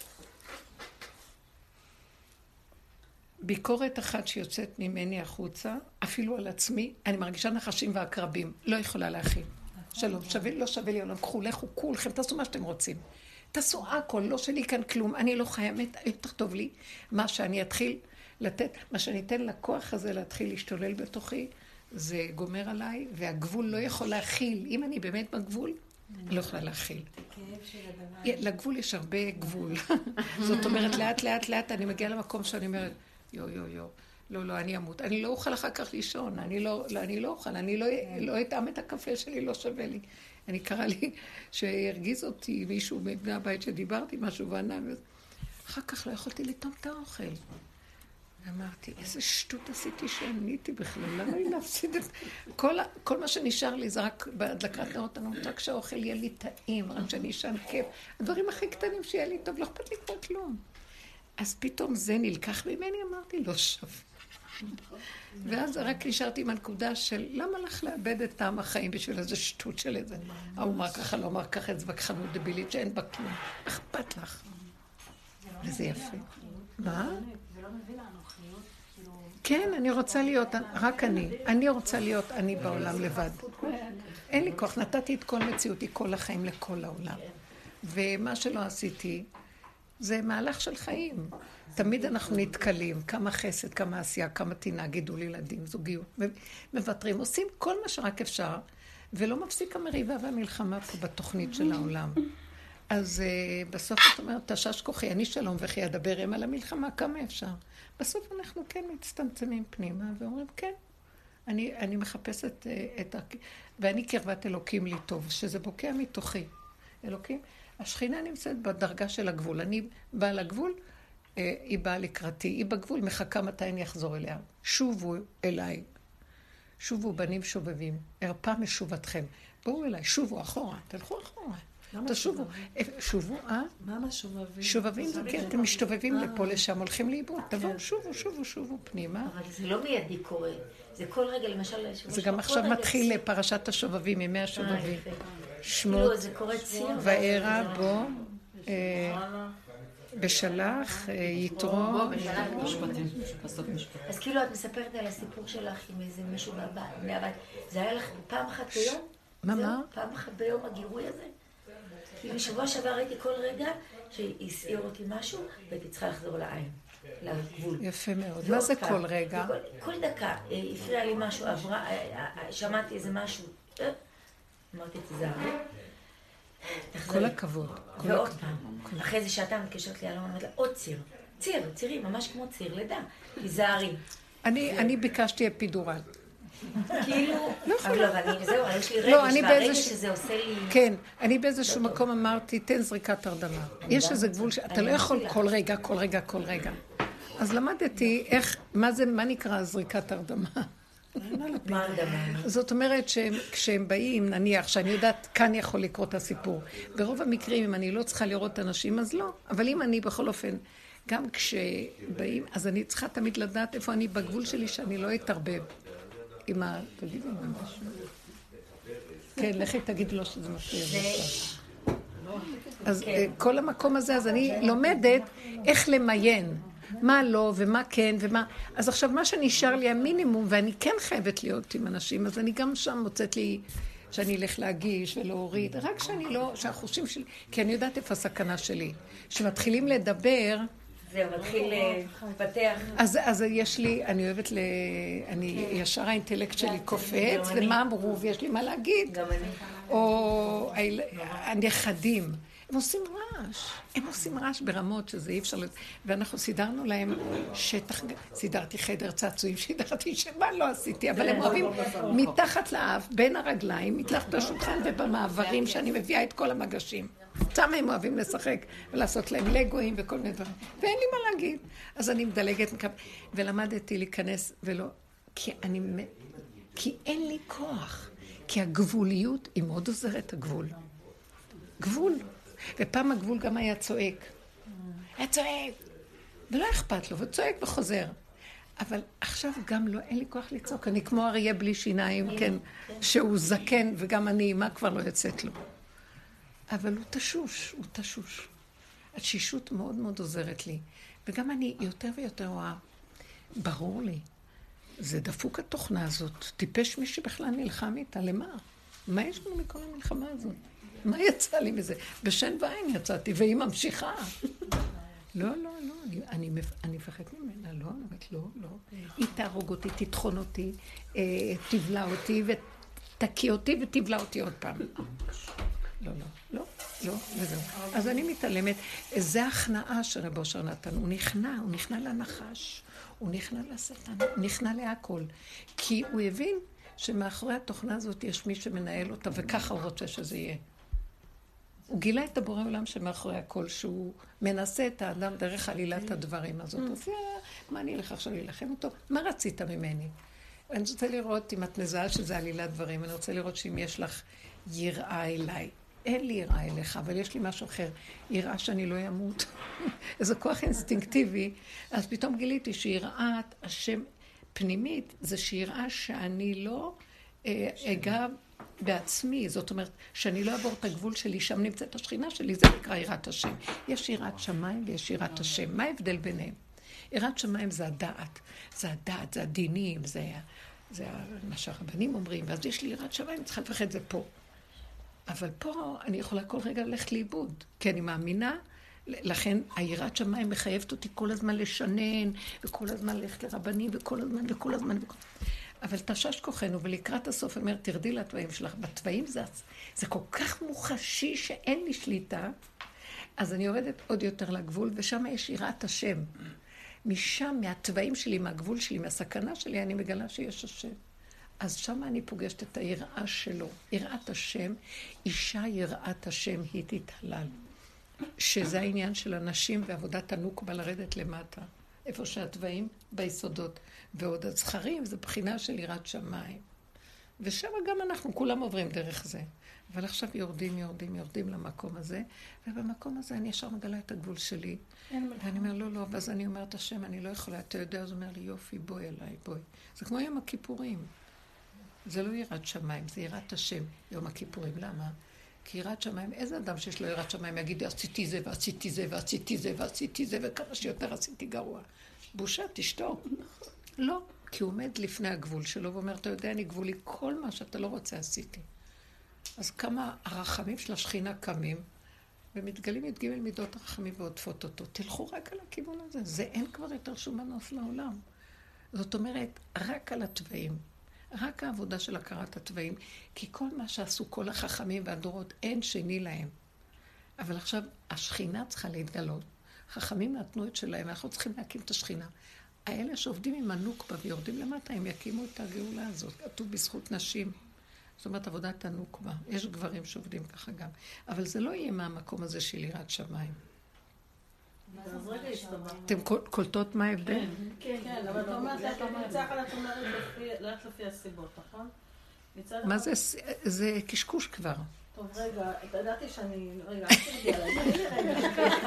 ביקורת אחת שיוצאת ממני החוצה, אפילו על עצמי, אני מרגישה נחשים ועקרבים, לא יכולה להכין. שלום, שווה, לא שווה לי עולם, קחו, לכו, כולכם, תעשו מה שאתם רוצים. תעשו הכל, לא שלי כאן כלום, אני לא חייבת, יותר טוב לי, מה שאני אתחיל לתת, מה שאני אתן לכוח הזה להתחיל להשתולל בתוכי, זה גומר עליי, והגבול לא יכול להכיל. אם אני באמת בגבול, אני לא יכולה להכיל. לגבול יש הרבה גבול. זאת אומרת, לאט, לאט, לאט, אני מגיעה למקום שאני אומרת, יו, יו, יו. לא, לא, אני אמות. אני לא אוכל אחר כך לישון. אני לא, לא, אני לא אוכל. אני לא, לא אטעם את הקפה שלי, לא שווה לי. אני קרא לי שהרגיז אותי מישהו מבני הבית שדיברתי משהו וענה. אחר כך לא יכולתי לטעום את האוכל. ואמרתי, איזה שטות עשיתי שעניתי בכלל. למה לי להפסיד את... כל, כל מה שנשאר לי זה רק בהדלקת נרות הנרות, רק שהאוכל יהיה לי טעים, רק שאני אשן כיף. הדברים הכי קטנים שיהיה לי טוב, לא אכפת לי כבר כלום. אז פתאום זה נלקח ממני, אמרתי, לא שווה. ואז רק נשארתי עם הנקודה של למה לך לאבד את טעם החיים בשביל איזה שטות של איזה הוא אמר ככה, לא אמר ככה, איזה וכחנות דבילית שאין בה כלום. אכפת לך. וזה יפה. מה? זה לא מביא לאנוכיות. כן, אני רוצה להיות, רק אני. אני רוצה להיות אני בעולם לבד. אין לי כוח, נתתי את כל מציאותי, כל החיים לכל העולם. ומה שלא עשיתי, זה מהלך של חיים. תמיד אנחנו נתקלים, כמה חסד, כמה עשייה, כמה תינה, גידול ילדים, זוגיות, מבטרים, עושים כל מה שרק אפשר, ולא מפסיק המריבה והמלחמה פה בתוכנית של העולם. אז uh, בסוף את אומרת, תשש כוחי, אני שלום וכי אדבר הם על המלחמה, כמה אפשר? בסוף אנחנו כן מצטמצמים פנימה, ואומרים, כן, אני, אני מחפשת uh, את ה... ואני קרבת אלוקים לי טוב, שזה בוקע מתוכי. אלוקים, השכינה נמצאת בדרגה של הגבול. אני באה לגבול, היא באה לקראתי, היא בגבול, מחכה מתי אני אחזור אליה. שובו אליי, שובו בנים שובבים, הרפה משובתכם. בואו אליי, שובו אחורה, תלכו אחורה. תשובו, שובו, אה? מה מה שובבים? שובבים זה כן, אתם משתובבים לפה לשם, הולכים לאיבוד. תבואו, שובו, שובו, שובו פנימה. אבל זה לא מיידי קורה, זה כל רגע, למשל... זה גם עכשיו מתחיל פרשת השובבים, ימי השובבים. שמות, וארא בו, בשלח, יתרו. אז כאילו את מספרת על הסיפור שלך עם איזה משהו מהבית. זה היה לך פעם אחת ביום? מה, מה? פעם אחת ביום הגירוי הזה? כי בשבוע שעבר ראיתי כל רגע שהסעיר אותי משהו והייתי צריכה לחזור לעין, לגבול. יפה מאוד. מה זה כל רגע? כל דקה הפריע לי משהו, שמעתי איזה משהו, אמרתי תזהרי. כל הכבוד. ועוד פעם, אחרי זה שעתה מתקשרת לי על אומרת לה, עוד ציר. ציר, צירים, ממש כמו ציר לידה. תזהרי. אני ביקשתי אפידורל. כאילו, אבל אני, זהו, יש לי רגש, והרגש שזה עושה לי... כן, אני באיזשהו מקום אמרתי, תן זריקת הרדמה. יש איזה גבול שאתה לא יכול כל רגע, כל רגע, כל רגע. אז למדתי איך, מה זה, מה נקרא זריקת הרדמה? זאת אומרת שכשהם באים, נניח, שאני יודעת, כאן יכול לקרות את הסיפור. ברוב המקרים, אם אני לא צריכה לראות אנשים, אז לא. אבל אם אני בכל אופן, גם כשבאים, אז אני צריכה תמיד לדעת איפה אני בגבול שלי, שאני לא אתערבב. עם ה... תגידי לי משהו. כן, לכי תגיד לו שזה מפריע. אז כל המקום הזה, אז אני לומדת איך למיין. מה לא ומה כן ומה... אז עכשיו מה שנשאר לי המינימום, ואני כן חייבת להיות עם אנשים, אז אני גם שם מוצאת לי שאני אלך להגיש ולהוריד, רק שאני לא... שהחושים שלי... כי אני יודעת איפה הסכנה שלי. שמתחילים לדבר... זהו, מתחיל לפתח. אז, אז יש לי, אני אוהבת ל... אני ישר האינטלקט שלי קופץ, ומה אמרו, ויש לי מה להגיד. גם אני. או הנכדים. הם עושים רעש, הם עושים רעש ברמות שזה אי אפשר... ואנחנו סידרנו להם שטח, סידרתי חדר צעצועים, סידרתי שמה לא עשיתי, אבל הם אוהבים מתחת לאף, בין הרגליים, מתחת לשולחן ובמעברים שאני מביאה את כל המגשים. שם הם אוהבים לשחק ולעשות להם לגויים וכל מיני דברים. ואין לי מה להגיד. אז אני מדלגת מקו... ולמדתי להיכנס ולא... כי אני... כי אין לי כוח. כי הגבוליות היא מאוד עוזרת הגבול. גבול. ופעם הגבול גם היה צועק. היה צועק. ולא אכפת לו, וצועק וחוזר. אבל עכשיו גם לא, אין לי כוח לצעוק. אני כמו אריה בלי שיניים, כן, שהוא זקן, וגם אני, מה כבר לא יוצאת לו. אבל הוא תשוש, הוא תשוש. התשישות מאוד מאוד עוזרת לי. וגם אני יותר ויותר רואה. ברור לי. זה דפוק התוכנה הזאת. טיפש מי שבכלל נלחם איתה. למה? מה יש לנו מכל המלחמה הזאת? מה יצא לי מזה? בשן ועין יצאתי, והיא ממשיכה. לא, לא, לא, אני, אני, אני מפחד ממנה, לא, אני אומרת, לא, לא. היא תהרוג אותי, תטחון אותי, אה, תבלע אותי, ותקיא אותי, ותבלע אותי עוד פעם. לא, לא, לא, לא, וזהו. אז אני מתעלמת. זה הכנעה שרב אושר נתן. הוא נכנע, הוא נכנע לנחש, הוא נכנע לשטן, הוא נכנע להכל. כי הוא הבין שמאחורי התוכנה הזאת יש מי שמנהל אותה, וככה הוא רוצה שזה יהיה. הוא גילה את הבורא עולם שמאחורי הכל, שהוא מנסה את האדם דרך עלילת הדברים הזאת. אז מה אני אלך עכשיו להילחם אותו? מה רצית ממני? אני רוצה לראות אם את מזהה שזה עלילת דברים, אני רוצה לראות שאם יש לך יראה אליי. אין לי יראה אליך, אבל יש לי משהו אחר. יראה שאני לא ימות. איזה כוח אינסטינקטיבי. אז פתאום גיליתי שיראת השם פנימית, זה שיראה שאני לא אגע בעצמי. זאת אומרת, שאני לא אעבור את הגבול שלי, שם נמצאת השכינה שלי, זה נקרא יראת השם. יש יראת שמיים ויש יראת השם. מה ההבדל ביניהם? יראת שמיים זה הדעת. זה הדעת, זה הדינים, זה, זה מה שהרבנים אומרים. ואז יש לי יראת שמיים, צריכה לפחד, זה פה. אבל פה אני יכולה כל רגע ללכת לאיבוד, כי אני מאמינה, לכן היראת שמיים מחייבת אותי כל הזמן לשנן, וכל הזמן ללכת לרבנים, וכל הזמן, וכל הזמן, וכל... אבל תשש כוחנו, ולקראת הסוף אומר, תרדי לתוואים שלך. בתוואים זה, זה כל כך מוחשי שאין לי שליטה, אז אני יורדת עוד יותר לגבול, ושם יש יראת השם. משם, מהתוואים שלי, מהגבול שלי, מהסכנה שלי, אני מגלה שיש השם. אז שם אני פוגשת את היראה שלו. יראת השם, אישה יראת השם היא תתהלל. שזה העניין של הנשים ועבודת הנוקבה לרדת למטה. איפה שהתוואים ביסודות. ועוד הזכרים זה בחינה של יראת שמיים. ושם גם אנחנו כולם עוברים דרך זה. אבל עכשיו יורדים, יורדים, יורדים למקום הזה. ובמקום הזה אני ישר מגלה את הגבול שלי. ואני אומר, לא, לא, ואז אני אומרת השם, אני לא יכולה, אתה יודע, אז הוא אומר לי, יופי, בואי אליי, בואי. זה כמו יום הכיפורים. זה לא יראת שמיים, זה יראת השם, יום הכיפורים. למה? כי יראת שמיים, איזה אדם שיש לו יראת שמיים יגיד, עשיתי זה ועשיתי זה ועשיתי זה ועשיתי זה וכמה שיותר עשיתי גרוע. בושה, תשתוק. לא, כי הוא עומד לפני הגבול שלו ואומר, אתה יודע, אני גבולי, כל מה שאתה לא רוצה עשיתי. אז כמה הרחמים של השכינה קמים, ומתגלים את ג' מידות הרחמים ועודפות אותו. תלכו רק על הכיוון הזה, זה אין כבר יותר שום מנוס לעולם. זאת אומרת, רק על התוואים. רק העבודה של הכרת התוואים, כי כל מה שעשו כל החכמים והדורות, אין שני להם. אבל עכשיו השכינה צריכה להתגלות. חכמים נתנו את שלהם, אנחנו צריכים להקים את השכינה. האלה שעובדים עם הנוקבה ויורדים למטה, הם יקימו את הגאולה הזאת. כתוב בזכות נשים. זאת אומרת, עבודת הנוקבה. יש גברים שעובדים ככה גם. אבל זה לא יהיה מהמקום הזה של יראת שמיים. אז רגע הסתבר. אתם קולטות מה ההבדל? כן, אבל אתה אומרת, את מצד אחד את אומרת לאט לפי הסיבות, נכון? מה זה? זה קשקוש כבר. טוב, רגע, אתה ידעתי שאני... רגע, אל תרדי עליי, תגיד לי רגע.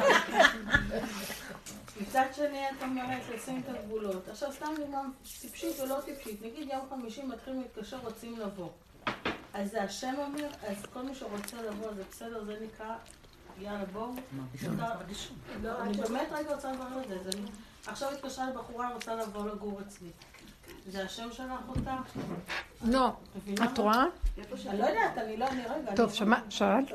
מצד שני, את אומרת, לשים את הגבולות. עכשיו, סתם גם טיפשית ולא טיפשית. נגיד, יום חמישי מתחילים להתקשר, רוצים לבוא. אז זה השם אומר, אז כל מי שרוצה לבוא, זה בסדר, זה נקרא, יאללה, בואו. אני באמת רגע רוצה לברר את זה. עכשיו התקשרה לבחורה, רוצה לבוא לגור אצלי. זה השם שלך אותה? לא. את רואה? אני לא יודעת, אני לא, אני רגע. טוב, שאלת?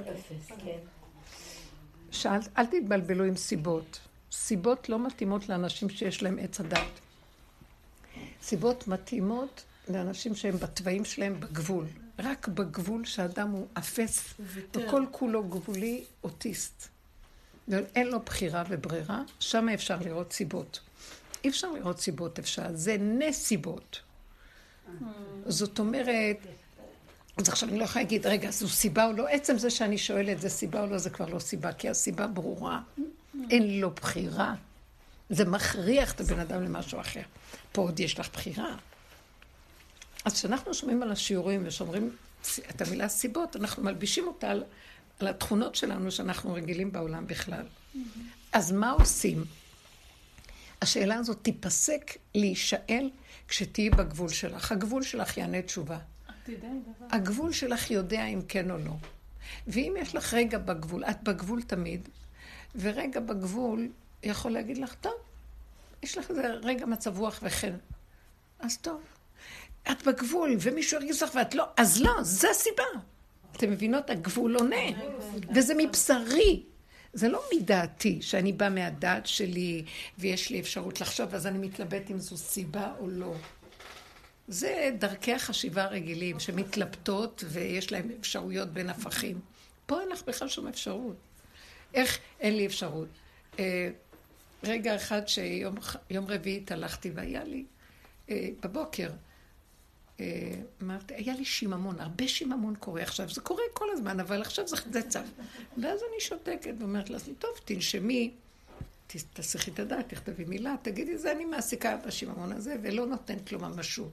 שאלת, אל תתבלבלו עם סיבות. סיבות לא מתאימות לאנשים שיש להם עץ הדת. סיבות מתאימות לאנשים שהם בתוואים שלהם בגבול. רק בגבול שהאדם הוא אפס, וכל כולו גבולי אוטיסט. אין לו בחירה וברירה, שם אפשר לראות סיבות. אי אפשר לראות סיבות אפשר, זה נסיבות. זאת אומרת, אז עכשיו אני לא יכולה להגיד, רגע, זו סיבה או לא? עצם זה שאני שואלת, זה סיבה או לא, זה כבר לא סיבה, כי הסיבה ברורה. אין לו בחירה. זה מכריח את הבן אדם למשהו אחר. פה עוד יש לך בחירה. אז כשאנחנו שומעים על השיעורים ושומרים את המילה סיבות, אנחנו מלבישים אותה על, על התכונות שלנו שאנחנו רגילים בעולם בכלל. אז מה עושים? השאלה הזאת תיפסק להישאל כשתהי בגבול שלך. הגבול שלך יענה תשובה. הגבול שלך יודע אם כן או לא. ואם יש לך רגע בגבול, את בגבול תמיד, ורגע בגבול יכול להגיד לך, טוב, יש לך איזה רגע מצב רוח וכן. אז טוב. את בגבול, ומישהו הרגיש לך ואת לא, אז לא, זה הסיבה. אתם מבינות? הגבול עונה. וזה מבשרי. זה לא מדעתי, שאני באה מהדעת שלי, ויש לי אפשרות לחשוב, אז אני מתלבט אם זו סיבה או לא. זה דרכי החשיבה הרגילים, שמתלבטות ויש להם אפשרויות בין הפכים. פה אין לך בכלל שום אפשרות. איך אין לי אפשרות? אה, רגע אחד שיום יום רביעית הלכתי והיה לי, אה, בבוקר, אה, אמרתי, היה לי שיממון, הרבה שיממון קורה עכשיו, זה קורה כל הזמן, אבל עכשיו זה, זה צף. ואז אני שותקת ואומרת לעצמי, טוב, תנשמי, תסיכי את הדעת, תכתבי מילה, תגידי, זה אני מעסיקה בשיממון הזה, ולא נותנת לו ממשות.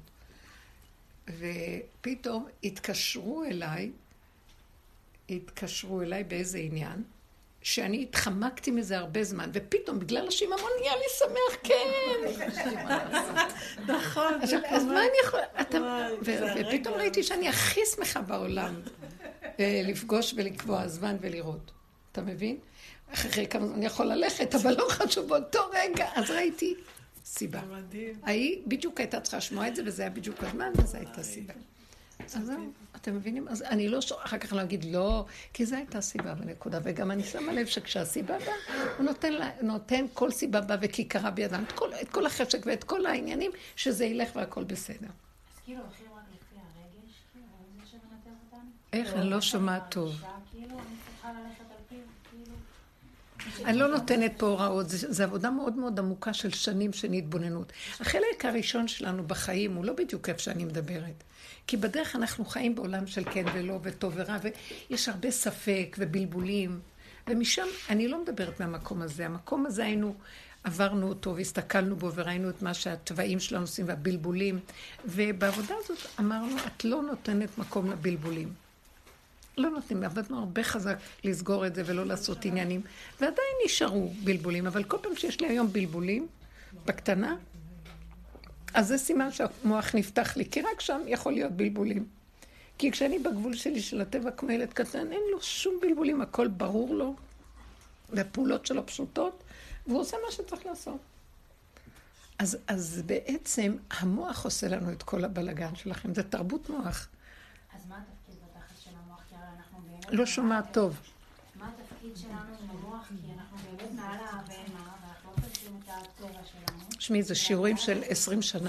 ופתאום התקשרו אליי, התקשרו אליי באיזה עניין, שאני התחמקתי מזה הרבה זמן, ופתאום בגלל השיממון נהיה לי שמח, כן. נכון. אז מה אני יכולה? ופתאום ראיתי שאני הכי שמחה בעולם לפגוש ולקבוע זמן ולראות. אתה מבין? אחרי כמה זמן אני יכול ללכת, אבל לא חשוב באותו רגע. אז ראיתי סיבה. ההיא בדיוק הייתה צריכה לשמוע את זה, וזה היה בדיוק הזמן, וזו הייתה סיבה. אז זהו, אתם מבינים? אז אני לא, אחר כך לא אגיד לא, כי זו הייתה סיבה בנקודה, וגם אני שמה לב שכשהסיבה בא, הוא נותן, נותן כל סיבה בא וכיכרה בידם, את כל, את כל החשק ואת כל העניינים, שזה ילך והכל בסדר. אז כאילו הולכים רק לפי הרגש, כאילו, זה שמנתח אותנו? איך? אני לא שומעת טוב. כאילו, אני צריכה ללכת על פיו, כאילו... אני לא נותנת פה הוראות, זו עבודה מאוד מאוד עמוקה של שנים של התבוננות. החלק הראשון שלנו בחיים הוא לא בדיוק איפה שאני מדברת. כי בדרך אנחנו חיים בעולם של כן ולא וטוב ורע, ויש הרבה ספק ובלבולים. ומשם אני לא מדברת מהמקום הזה. המקום הזה היינו, עברנו אותו והסתכלנו בו וראינו את מה שהטבעים שלנו עושים והבלבולים. ובעבודה הזאת אמרנו, את לא נותנת מקום לבלבולים. לא נותנים, עבדנו הרבה חזק לסגור את זה ולא לעשות עניינים. ועדיין נשארו בלבולים, אבל כל פעם שיש לי היום בלבולים, בקטנה, אז זה סימן שהמוח נפתח לי, כי רק שם יכול להיות בלבולים. כי כשאני בגבול שלי של הטבע כמו ילד קטן, אין לו שום בלבולים, הכל ברור לו, והפעולות שלו פשוטות, והוא עושה מה שצריך לעשות. אז, אז בעצם המוח עושה לנו את כל הבלגן שלכם, זה תרבות מוח. אז מה התפקיד בתחת של המוח? כי הרי אנחנו באמת... לא שומעת טוב. מה התפקיד שלנו עם המוח? כי אנחנו באמת מעל ההבנה, ואנחנו לא תופסים את הטבע שלנו. שמי, זה שיעורים של עשרים שנה.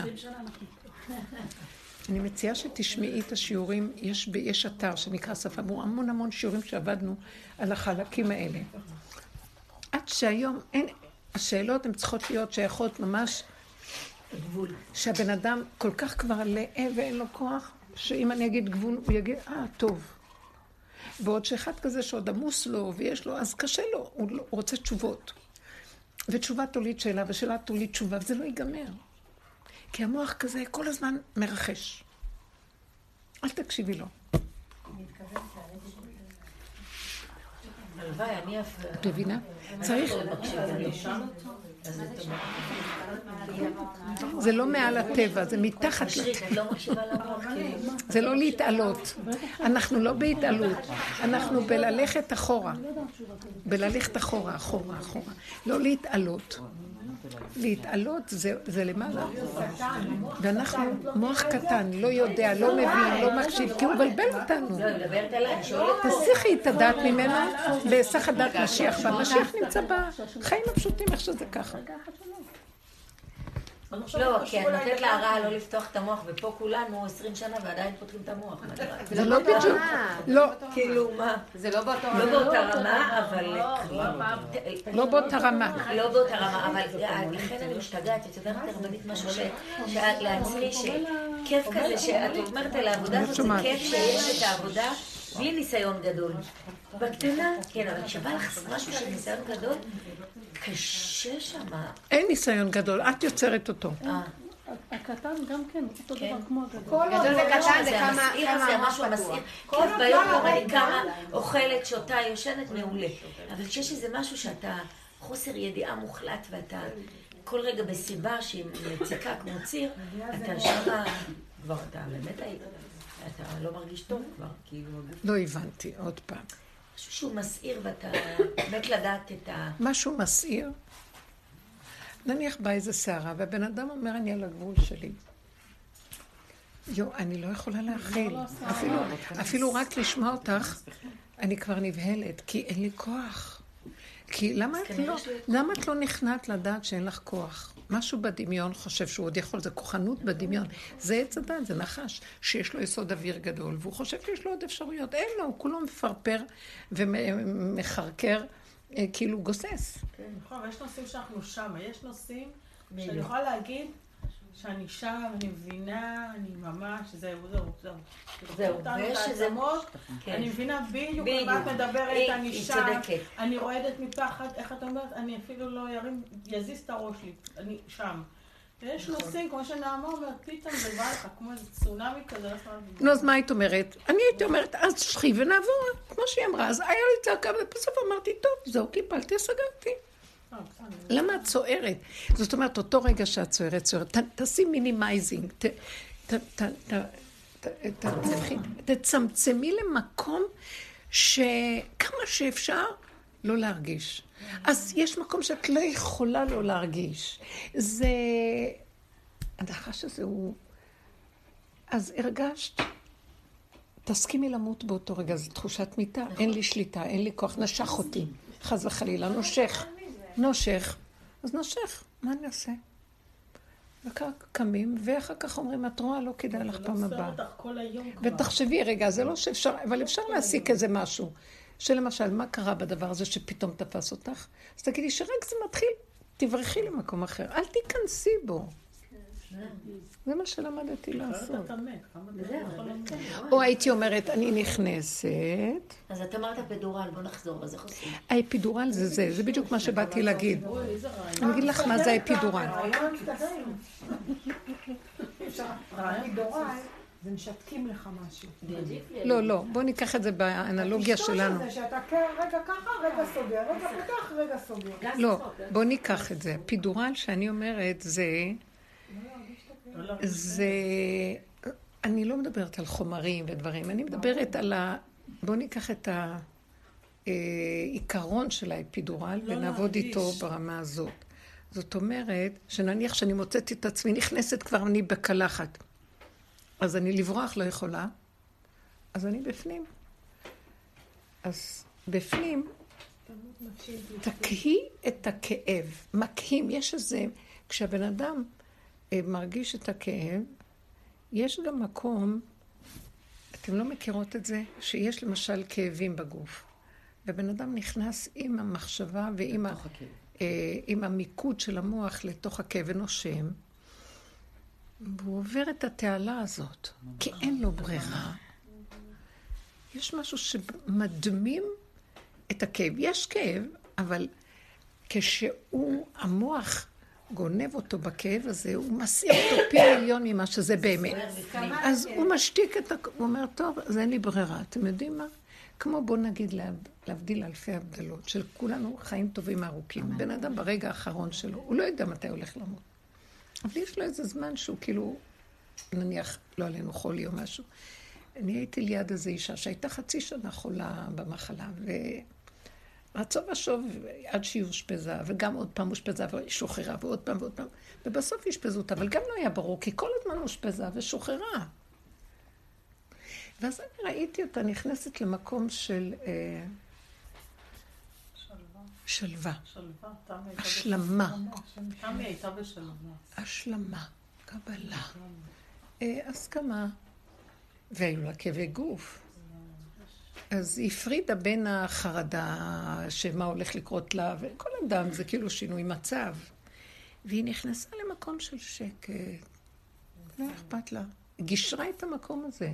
אני מציעה שתשמעי את השיעורים, יש, יש אתר שנקרא שפה, המון המון שיעורים שעבדנו על החלקים האלה. עד שהיום אין, השאלות הן צריכות להיות שייכות ממש, שהבן אדם כל כך כבר לאה ואין לו כוח, שאם אני אגיד גבול, הוא יגיד, אה, טוב. ועוד שאחד כזה שעוד עמוס לו ויש לו, אז קשה לו, הוא, הוא רוצה תשובות. ותשובה תוליד שאלה, ושאלה תוליד תשובה, וזה לא ייגמר. כי המוח כזה כל הזמן מרחש. אל תקשיבי לו. הלוואי, אני אף... את מבינה? צריך... זה לא מעל הטבע, זה מתחת לטבע. זה לא להתעלות. אנחנו לא בהתעלות. אנחנו בללכת אחורה. בללכת אחורה, אחורה, אחורה. לא להתעלות. להתעלות זה למעלה. ואנחנו מוח קטן, לא יודע, לא מבין, לא מקשיב, כי הוא מבלבל אותנו. תסיכי את הדעת ממנו, להיסח הדעת משיח, והמשיח נמצא בחיים הפשוטים, איך שזה ככה. לא, כי את נותנת לה הרעה לא לפתוח את המוח, ופה כולנו עשרים שנה ועדיין פותחים את המוח. זה לא בדיוק. לא. כאילו, מה? זה לא באותו רמה. לא באותה רמה, אבל... לא באותה רמה. לא באותה רמה, אבל לכן אני משתגעת, את יודעת הרבנית משהו לעצמי, שכיף כזה, שאת אומרת על העבודה הזאת, זה כיף שיש את העבודה בלי ניסיון גדול. בקטנה, כן, אבל כשבא לך משהו של ניסיון גדול, קשה שמה. אין ניסיון גדול, את יוצרת אותו. הקטן גם כן, אותו דבר כמו הגדול. גדול וקטן זה כמה המסעיר הזה, משהו המסעיר. כיף ביום אני כמה אוכלת, שותה, יושנת, מעולה. אבל כשיש איזה משהו שאתה חוסר ידיעה מוחלט ואתה כל רגע בסיבה שהיא מציקה כמו ציר, אתה שמה כבר, אתה באמת היית, אתה לא מרגיש טוב כבר, כאילו... לא הבנתי, עוד פעם. משהו שהוא מסעיר ואתה באמת לדעת את ה... משהו מסעיר? נניח בא איזה שערה, והבן אדם אומר, אני על הגבול שלי. יו, אני לא יכולה להכיל. אפילו, אפילו רק לשמוע אותך, אני כבר נבהלת, כי אין לי כוח. כי למה את לא, למה את לא נכנעת לדעת שאין לך כוח? משהו בדמיון חושב שהוא עוד יכול, זה כוחנות בדמיון. זה עץ הדת, זה נחש, שיש לו יסוד אוויר גדול, והוא חושב שיש לו עוד אפשרויות. אין לו, הוא כולו מפרפר ומחרקר, כאילו גוסס. נכון, אבל יש נושאים שאנחנו שם, יש נושאים שאני יכולה להגיד שאני שם, אני מבינה, אני ממש, זהו, זהו, זהו. זהו, ויש שזה מות, אני מבינה בדיוק מה את מדברת, אני שם, אני רועדת מפחד, איך את אומרת, אני אפילו לא ירים, יזיז את הראש לי, אני שם. ויש נושאים, כמו שנעמה אומרת, פתאום זה בא לך, כמו איזה צונאמי כזה. נו, אז מה היית אומרת? אני הייתי אומרת, אז שכי ונעבור, כמו שהיא אמרה, אז היה לי צעקה, ובסוף אמרתי, טוב, זהו, קיפלתי, סגרתי. למה את צוערת? זאת אומרת, אותו רגע שאת צוערת, צוערת, תשים מינימייזינג, תצמצמי למקום שכמה שאפשר לא להרגיש. אז יש מקום שאת לא יכולה לא להרגיש. זה... הנחש הזה הוא... אז הרגשת, תסכימי למות באותו רגע, זו תחושת מיטה, אין לי שליטה, אין לי כוח, נשך אותי, חס וחלילה, נושך. נושך, אז נושך, מה אני עושה? וכך קמים, ואחר כך אומרים, את רואה, לא כדאי לך פעם הבאה. ותחשבי, רגע, זה לא שאפשר, אבל אפשר להסיק איזה משהו, שלמשל, מה קרה בדבר הזה שפתאום תפס אותך? אז תגידי שרק זה מתחיל, תברחי למקום אחר, אל תיכנסי בו. זה מה שלמדתי לעשות. או הייתי אומרת, אני נכנסת. אז את אמרת אפידורל, בוא נחזור, אז איך עושים? האפידורל זה זה, זה בדיוק מה שבאתי להגיד. אני אגיד לך מה זה האפידורל. האפידורל זה משתקים לך משהו. לא, לא, בוא ניקח את זה באנלוגיה שלנו. זה שאתה רגע ככה, רגע סוגר, רגע פותח, רגע סוגר. לא, בוא ניקח את זה. האפידורל שאני אומרת זה... זה... אני לא מדברת על חומרים ודברים, אני מדברת על ה... בואו ניקח את העיקרון של האפידורל ונעבוד איתו ברמה הזאת. זאת אומרת, שנניח שאני מוצאת את עצמי, נכנסת כבר אני בקלחת. אז אני לברוח לא יכולה, אז אני בפנים. אז בפנים, תקהי את הכאב, מקהים, יש איזה... כשהבן אדם... מרגיש את הכאב, יש גם מקום, אתם לא מכירות את זה, שיש למשל כאבים בגוף. ובן אדם נכנס עם המחשבה ועם ה, אה, עם המיקוד של המוח לתוך הכאב ונושם, והוא עובר את התעלה הזאת, כי אין לו ברירה. יש משהו שמדמים את הכאב. יש כאב, אבל כשהוא, המוח גונב אותו בכאב הזה, הוא מסיר אותו פי מיליון ממה שזה באמת. אז הוא משתיק את ה... הוא אומר, טוב, אז אין לי ברירה. אתם יודעים מה? כמו בוא נגיד להבדיל אלפי הבדלות, של כולנו חיים טובים ארוכים. בן אדם ברגע האחרון שלו, הוא לא יודע מתי הולך למות. אבל יש לו איזה זמן שהוא כאילו, נניח, לא עלינו חולי או משהו. אני הייתי ליד איזו אישה שהייתה חצי שנה חולה במחלה, ורצו ושוב עד שהיא אושפזה, וגם עוד פעם אושפזה ושוחררה, ועוד פעם ועוד פעם, ובסוף אושפזו אותה, אבל גם לא היה ברור, כי כל הזמן אושפזה ושוחררה. ואז אני ראיתי אותה נכנסת למקום של אה, שלווה. שלווה. השלמה. תמי הייתה בשלווה. השלמה, קבלה, אה, הסכמה, והיו לה כאבי גוף. אז היא הפרידה בין החרדה שמה הולך לקרות לה, וכל אדם זה כאילו שינוי מצב. והיא נכנסה למקום של שקט. לא אכפת לה. גישרה את המקום הזה.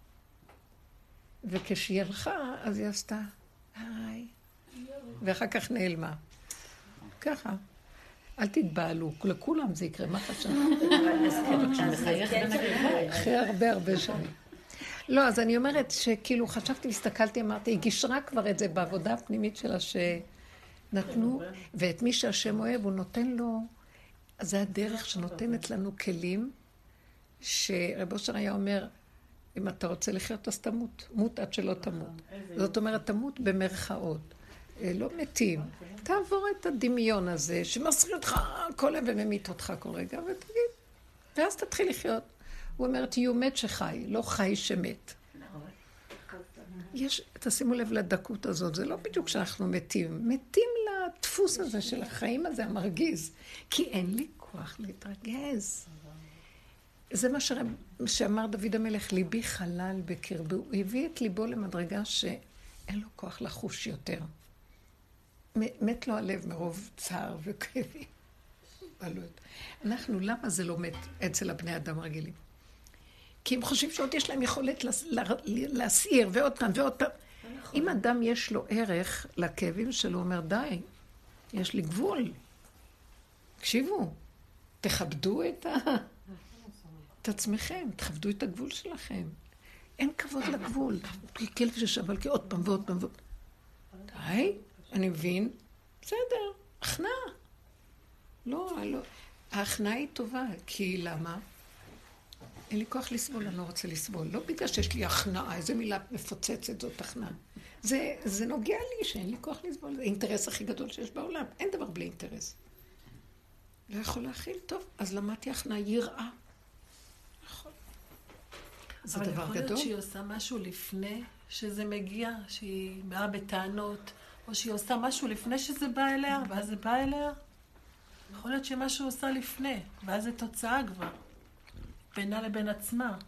וכשהיא הלכה, אז היא עשתה, היי, ואחר כך נעלמה. ככה. אל תתבעלו, לכולם זה יקרה, מה חשב? אחרי הרבה הרבה שנים. לא, אז אני אומרת שכאילו חשבתי, הסתכלתי, אמרתי, היא גישרה כבר את זה בעבודה הפנימית שלה שנתנו, ואת מי שהשם אוהב, הוא נותן לו, זה הדרך שנותנת לנו כלים, שרב אושר היה אומר, אם אתה רוצה לחיות, אז תמות. מות עד שלא תמות. זאת אומרת, תמות במרכאות. לא מתים. תעבור את הדמיון הזה, שמסריד אותך כל היום וממית אותך כל רגע, ותגיד. ואז תתחיל לחיות. הוא אומר, תהיו מת שחי, לא חי שמת. יש, תשימו לב לדקות הזאת, זה לא בדיוק שאנחנו מתים. מתים לדפוס הזה של החיים הזה, המרגיז. כי אין לי כוח להתרגז. זה מה שאמר דוד המלך, ליבי חלל בקרבי. הוא הביא את ליבו למדרגה שאין לו כוח לחוש יותר. מת לו הלב מרוב צער וכאבי. אנחנו, למה זה לא מת אצל הבני אדם רגילים? כי הם חושבים שעוד יש להם יכולת להסעיר ועוד פעם ועוד פעם. אם אדם יש לו ערך לכאבים שלו, הוא אומר, די, יש לי גבול. תקשיבו, תכבדו את ה... את עצמכם, תכבדו את הגבול שלכם. אין כבוד לגבול. כי כלב ששבל, כי עוד פעם ועוד פעם ועוד. די, אני מבין. בסדר, הכנעה. לא, לא. ההכנעה היא טובה, כי למה? אין לי כוח לסבול, אני לא רוצה לסבול. לא בגלל שיש לי הכנעה, איזה מילה מפוצצת זאת הכנעה. זה, זה נוגע לי שאין לי כוח לסבול. זה האינטרס הכי גדול שיש בעולם. אין דבר בלי אינטרס. לא יכול להכיל טוב, אז למדתי הכנעה יראה. זה דבר גדול. אבל יכול להיות שהיא עושה משהו לפני שזה מגיע, שהיא באה בטענות, או שהיא עושה משהו לפני שזה בא אליה, ואז זה בא אליה. יכול להיות שמשהו עושה לפני, ואז זה תוצאה כבר, בינה לבין עצמה.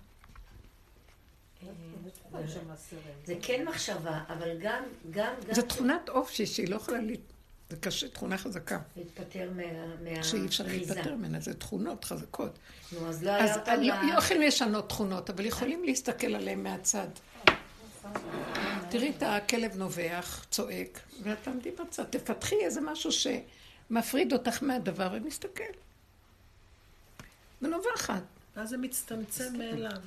זה כן מחשבה, אבל גם... גם זה תכונת אופי שהיא לא יכולה לה... זה קשה, תכונה חזקה. להתפטר מה... שאי אפשר להתפטר ממנה, זה תכונות חזקות. נו, אז לא היה אותה... אז לא יכולים לשנות תכונות, אבל יכולים להסתכל עליהם מהצד. תראי את הכלב נובח, צועק, ואת תעמדי בצד. תפתחי איזה משהו שמפריד אותך מהדבר, ונסתכל. ונובחת. ואז זה מצטמצם מאליו.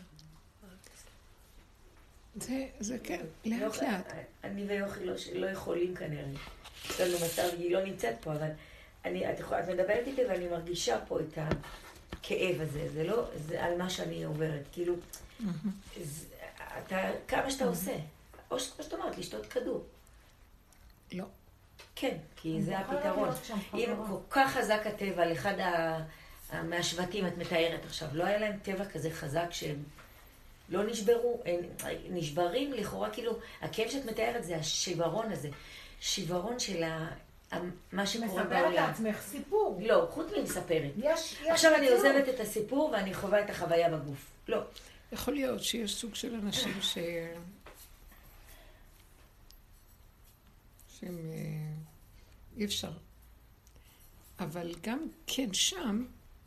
זה, זה כן, לאט לאט. אני ויוכי לא יכולים כנראה. יש לנו מצב, היא לא נמצאת פה, אבל אני, את, יכול, את מדברת איתי ואני מרגישה פה את הכאב הזה. זה לא, זה על מה שאני עוברת. כאילו, זה, אתה, כמה שאתה עושה. או שאתה אומרת, לשתות כדור. לא. כן, כי זה הפתרון. אם כל כך חזק הטבע, לאחד מהשבטים את מתארת עכשיו, לא היה להם טבע כזה חזק שהם לא נשברו, הם נשברים לכאורה, כאילו, הכאב שאת מתארת זה השברון הזה. שברון של מה שקורה בעולם. מספרת לעצמך סיפור. לא, חוץ ממספרת. יש, יש עכשיו אני עוזבת את הסיפור ואני חווה את החוויה בגוף. לא. יכול להיות שיש סוג של אנשים ש... שהם... אי אפשר. אבל גם כן שם,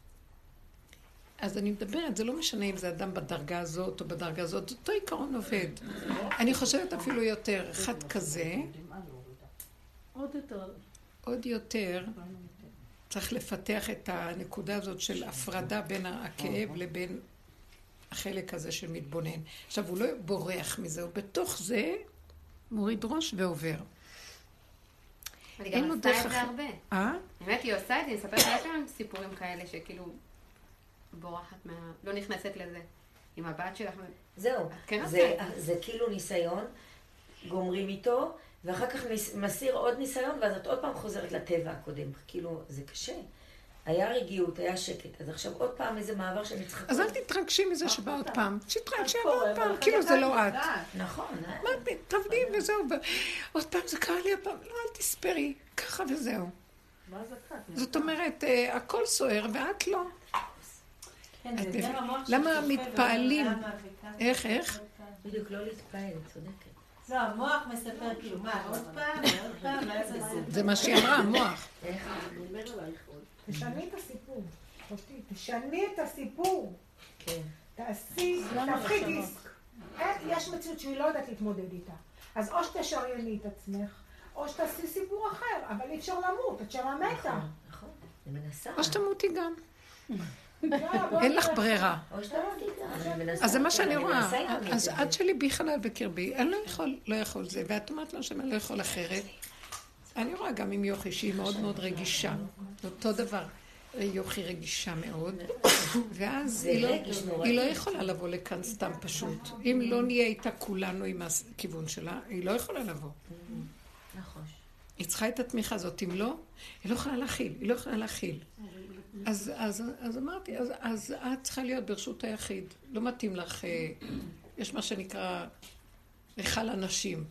אז אני מדברת, זה לא משנה אם זה אדם בדרגה הזאת או בדרגה הזאת, אותו עיקרון עובד. אני חושבת אפילו יותר, אחד כזה, עוד יותר. עוד יותר צריך לפתח את הנקודה הזאת של הפרדה בין הכאב לבין החלק הזה של מתבונן. עכשיו, הוא לא בורח מזה, הוא בתוך זה מוריד ראש ועובר. אני גם עושה את זה הרבה. אה? באמת, היא עושה את זה, היא מספרת שיש לנו סיפורים כאלה שכאילו בורחת מה... לא נכנסת לזה. עם הבת שלך. זהו. כן, זה, זה כאילו ניסיון, גומרים איתו, ואחר כך מסיר עוד ניסיון, ואז את עוד פעם חוזרת לטבע הקודם. כאילו, זה קשה. היה רגיעות, היה שקט, אז עכשיו עוד פעם איזה מעבר שאני צריכה... אז אל תתרגשי מזה שבא עוד פעם. תתרגשי עוד פעם, כאילו זה לא את. נכון. מה, תעבדי וזהו. עוד פעם זה קרה לי הפעם, לא, אל תספרי. ככה וזהו. זאת אומרת, הכל סוער ואת לא. למה מתפעלים? איך, איך? בדיוק, לא להתפעל, צודקת. לא, המוח מספר כאילו, מה, עוד פעם, עוד פעם, זה מה שהיא אמרה, המוח. תשני את הסיפור, אותי, תשני את הסיפור. כן. תעשי, תפחי דיסק. יש מציאות שהיא לא יודעת להתמודד איתה. אז או שתשרייני את עצמך, או שתעשי סיפור אחר, אבל אי אפשר למות, את שמה מתה. נכון, אני מנסה. או שתמותי גם. אין לך ברירה. אז זה מה שאני רואה. אז עד שלי בי חלל בקרבי, אני לא יכול, לא יכול זה. ואת אומרת לו שאני לא יכול אחרת. אני רואה גם עם יוכי שהיא מאוד מאוד רגישה. זה אותו דבר. יוכי רגישה מאוד. ואז היא לא יכולה לבוא לכאן סתם פשוט. אם לא נהיה איתה כולנו עם הכיוון שלה, היא לא יכולה לבוא. נכון. היא צריכה את התמיכה הזאת. אם לא, היא לא יכולה להכיל. היא לא יכולה להכיל. אז, אז, אז אמרתי, אז, אז את צריכה להיות ברשות היחיד. לא מתאים לך, יש מה שנקרא היכל אנשים.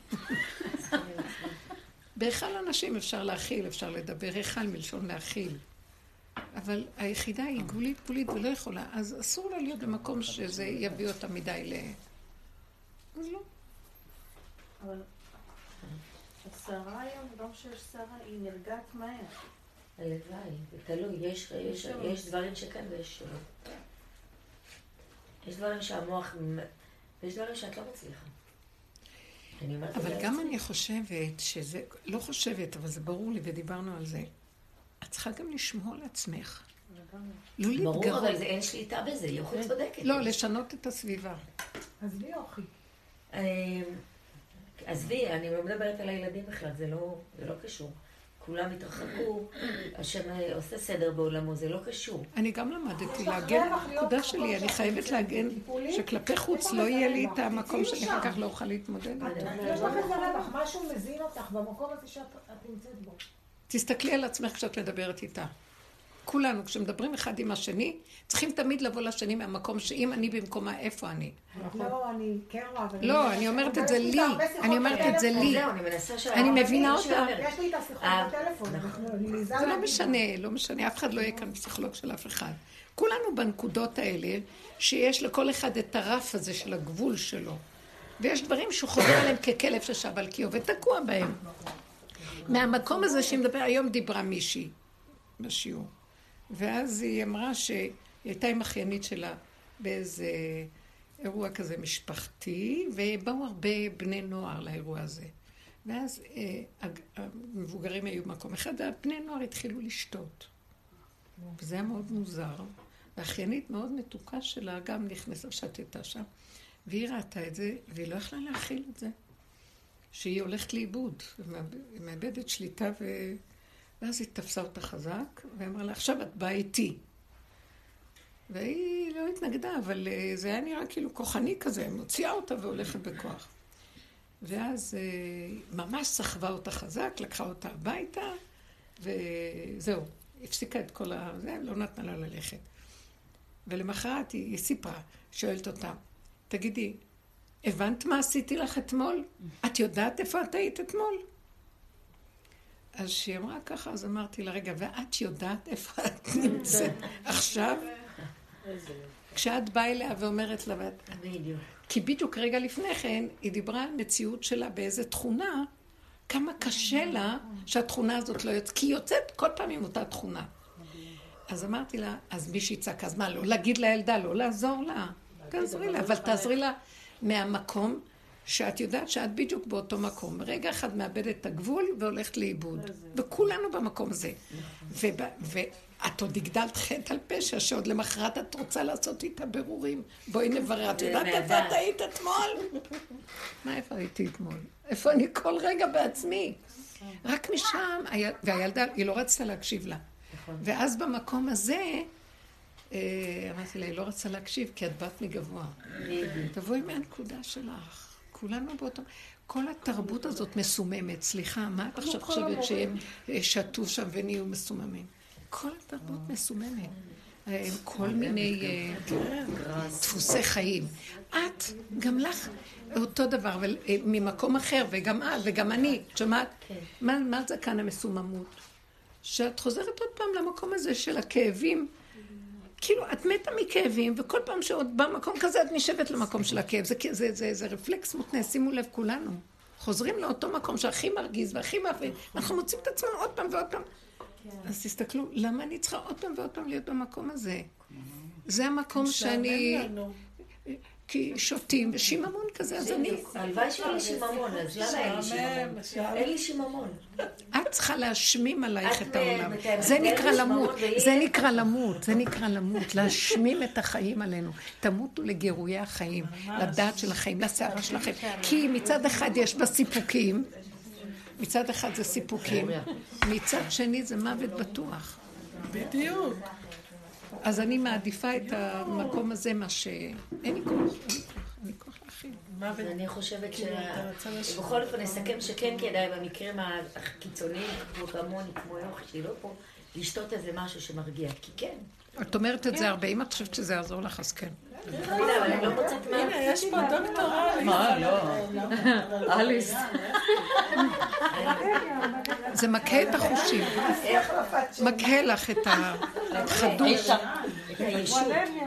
בהיכל אנשים אפשר להכיל, אפשר לדבר, היכל מלשון להכיל. אבל היחידה היא גבולית גבולית ולא יכולה, אז אסור לה להיות במקום שזה יביא אותה מדי ל... אז לא. אבל השרה היום, גם שיש שרה, היא נרגעת מהר. הלוואי, זה תלוי, יש, יש, יש דברים שכן ויש שלא. יש דברים שהמוח, ויש דברים שאת לא מצליחה. אבל גם אני חושבת שזה, לא חושבת, אבל זה ברור לי ודיברנו על זה. את צריכה גם לשמור על עצמך. לא להתגרות. ברור, אבל אין שליטה בזה, יוכי צודקת. לא, לשנות את הסביבה. עזבי יוכי. עזבי, אני לא מדברת על הילדים בכלל, זה לא קשור. כולם התרחקו, השם עושה סדר בעולמו, זה לא קשור. אני גם למדתי להגן, נקודה שלי, אני חייבת להגן שכלפי חוץ לא יהיה לי את המקום שאני אחר כך לא אוכל להתמודד. יש לך איזה רווח, משהו מזין אותך במקום הזה שאת נמצאת בו. תסתכלי על עצמך כשאת מדברת איתה. כולנו, כשמדברים אחד עם השני, צריכים תמיד לבוא לשני מהמקום שאם אני במקומה, איפה אני? לא, אני כן רואה. לא, אני אומרת את זה לי. אני אומרת את זה לי. אני מבינה אותה. יש לי את השיחות בטלפון. זה לא משנה, לא משנה. אף אחד לא יהיה כאן פסיכולוג של אף אחד. כולנו בנקודות האלה, שיש לכל אחד את הרף הזה של הגבול שלו. ויש דברים שהוא חוזר עליהם ככלב ששב על קיו, ותקוע בהם. מהמקום הזה שהיא מדבר, היום דיברה מישהי בשיעור. ואז היא אמרה שהיא הייתה עם אחיינית שלה באיזה אירוע כזה משפחתי, ובאו הרבה בני נוער לאירוע הזה. ואז אה, המבוגרים היו במקום אחד, והבני נוער התחילו לשתות. וזה היה מאוד מוזר. והאחיינית מאוד מתוקה שלה גם נכנסה, שתתה שם, והיא ראתה את זה, והיא לא יכלה להכיל את זה. שהיא הולכת לאיבוד, היא מאבדת שליטה ו... ואז היא תפסה אותה חזק, ואמרה לה, עכשיו את באה איתי. והיא לא התנגדה, אבל זה היה נראה כאילו כוחני כזה, מוציאה אותה והולכת בכוח. ואז ממש סחבה אותה חזק, לקחה אותה הביתה, וזהו, הפסיקה את כל הזה, לא נתנה לה ללכת. ולמחרת היא, היא סיפרה, שואלת אותה, תגידי, הבנת מה עשיתי לך אתמול? את יודעת איפה את היית אתמול? אז שהיא אמרה ככה, אז אמרתי לה, רגע, ואת יודעת איפה את נמצאת עכשיו? כשאת באה אליה ואומרת לה, כי בדיוק רגע לפני כן, היא דיברה על מציאות שלה באיזה תכונה, כמה קשה לה שהתכונה הזאת לא יוצאת, כי היא יוצאת כל פעם עם אותה תכונה. אז אמרתי לה, אז מי שיצעק, אז מה, לא להגיד לילדה, לא לעזור לה, תעזרי לה, אבל תעזרי לה מהמקום שאת יודעת שאת בדיוק באותו מקום. רגע אחד מאבדת את הגבול והולכת לאיבוד. וכולנו במקום הזה. ואת עוד הגדלת חטא על פשע, שעוד למחרת את רוצה לעשות איתה ברורים. בואי נברר. את יודעת איפה את היית אתמול? מה איפה הייתי אתמול? איפה אני כל רגע בעצמי? רק משם, והילדה, היא לא רצתה להקשיב לה. ואז במקום הזה, אמרתי לה, היא לא רצה להקשיב, כי את באת מגבוה. תבואי מהנקודה שלך. כולנו באותו... כל התרבות הזאת מסוממת. סליחה, מה את עכשיו חושבת שהם שתו שם ונהיו מסוממים? כל התרבות מסוממת. כל מיני דפוסי חיים. את, גם לך, אותו דבר, אבל ממקום אחר, וגם את, וגם אני. שמעת? מה זה כאן המסוממות? שאת חוזרת עוד פעם למקום הזה של הכאבים. כאילו, את מתה מכאבים, וכל פעם שעוד במקום כזה את נשבת למקום של הכאב. זה, זה, זה, זה רפלקס מותנה, שימו לב כולנו. חוזרים לאותו מקום שהכי מרגיז והכי מאפן. אנחנו מוצאים את עצמנו עוד פעם ועוד פעם. אז תסתכלו, למה אני צריכה עוד פעם ועוד פעם להיות במקום הזה? זה המקום שאני... כי שותים ושיממון כזה, אז אני... הלוואי שאין לי שיממון, אז למה אין לי שיממון? אין לי שיממון. את צריכה להשמים עלייך את העולם. זה נקרא למות, זה נקרא למות, זה נקרא למות, להשמים את החיים עלינו. תמותו לגירוי החיים, לדעת של החיים, לשערה של החיים. כי מצד אחד יש בה סיפוקים, מצד אחד זה סיפוקים, מצד שני זה מוות בטוח. בדיוק. אז אני מעדיפה את המקום הזה, מה ש... אין לי כוח, אין לי כוח, אין לי כוח להכין. אני חושבת שבכל אופן נסכם שכן כדאי במקרים הקיצוניים, כמו כמוני, כמו יוכי, שהיא לא פה, לשתות איזה משהו שמרגיע, כי כן. את אומרת את זה הרבה, אם את חושבת שזה יעזור לך, אז כן. אבל אני לא מוצאת מה... הנה, יש פה דוקטור אליס. מה? לא. אליס. זה מקהה את החושים. מקהה לך את החדות. את הישות.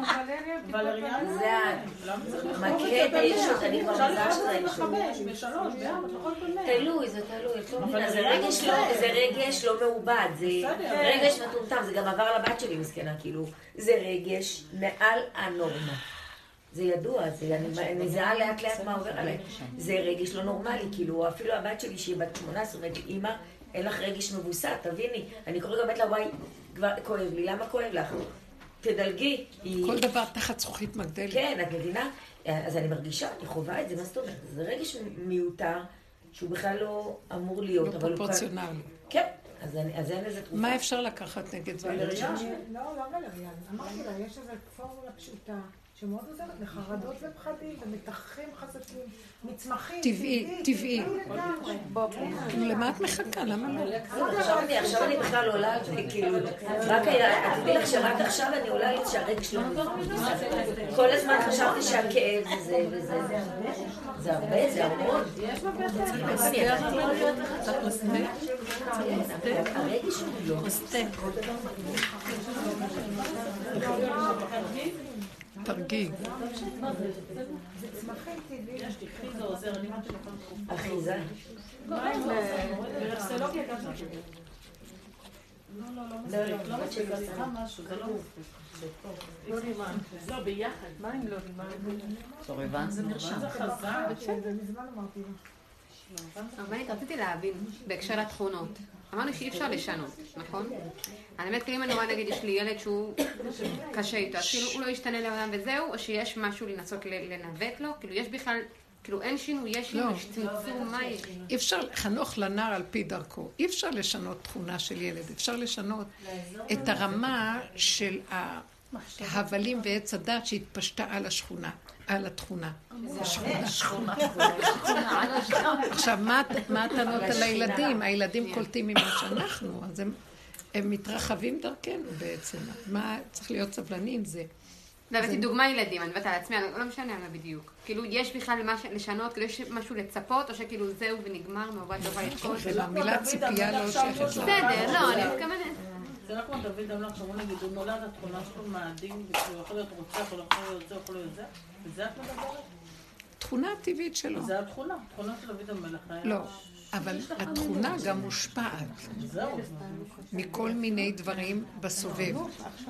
זה מקהה את הישות. אני כבר מזהה שזה הישות. תלוי, זה תלוי. זה רגש לא מעובד. זה רגש מטומטם. זה גם עבר לבת שלי מסכנה, כאילו. זה רגש מעל הנורמה. זה ידוע, זה, אני, אני מזהה לאט לאט מה עובר עליי. זה רגש לא נורמלי, כאילו, אפילו הבת שלי שהיא בת שמונה עשרה, אומרת לי, אמא, אין לך רגש מבוסת, תביני. אני קורא גם את לה, וואי, כבר כואב לי, למה כואב לך? תדלגי. כל דבר תחת זכוכית מגדלת. כן, את מבינה? אז אני מרגישה, אני חווה את זה, מה זאת אומרת? זה רגש מיותר, שהוא בכלל לא אמור להיות. לא פרופורציונלי. כן. אז אין איזה תרופה. מה אפשר לקחת נגד זה? לא, לא ולריאן. אמרתי לה, יש איזו פורמולה פשוטה, שמאוד עוזרת לחרדות ופחדים ומתחים חזקים, מצמחים. טבעי, טבעי. למה את מחכה? למה לא? עכשיו אני בכלל עולה, כאילו, רק היה, תדעי לך שרק עכשיו אני עולה לי שהרגש לא מבוסת. כל הזמן חשבתי שהכאב זה וזה. זה הרבה, זה המון. הרגש הוא לא. תרגיל. אחיזה. לא, לא, לא, לא מצליחה, צריכה משהו, זה לא לא רימן. לא, ביחד, מה אם לא רימן? סוריבן זה נרשם. זה חזק. זה מזמן אמרתי לה. אבל רציתי להבין, בהקשר לתכונות. אמרנו שאי אפשר לשנות, נכון? אני באמת, כאילו אם אני רואה, נגיד, יש לי ילד שהוא קשה איתו, אז כאילו הוא לא ישתנה לעולם וזהו, או שיש משהו לנסות לנווט לו, כאילו יש בכלל, כאילו אין שינוי, יש שינוי, יש צמצום, מה יש? אי אפשר לחנוך לנער על פי דרכו, אי אפשר לשנות תכונה של ילד, אפשר לשנות את הרמה של ההבלים ועץ הדת שהתפשטה על השכונה. על התכונה. שכונה. עכשיו, מה הטענות על הילדים? הילדים קולטים ממה שאנחנו, אז הם מתרחבים דרכנו בעצם. מה צריך להיות סבלני עם זה? הבאתי דוגמה ילדים, אני באת על עצמי, לא משנה מה בדיוק. כאילו, יש בכלל מה לשנות, כאילו יש משהו לצפות, או שכאילו זהו ונגמר, מעובד טובה לתקול. המילה ציפייה לא שייכת לה. בסדר, לא, אני מתכוונת. זה לא כמו דוד אמר, שאמרו נגיד, הוא נולד התכונה שלו מאדים, הוא יכול להיות רוצח, הוא יכול להיות זה, הוא יכול להיות זה, וזה את מדברת? תכונה הטבעית שלו. זה התכונה, תכונה של דוד המלך. לא, אבל התכונה גם מושפעת מכל מיני דברים בסובב.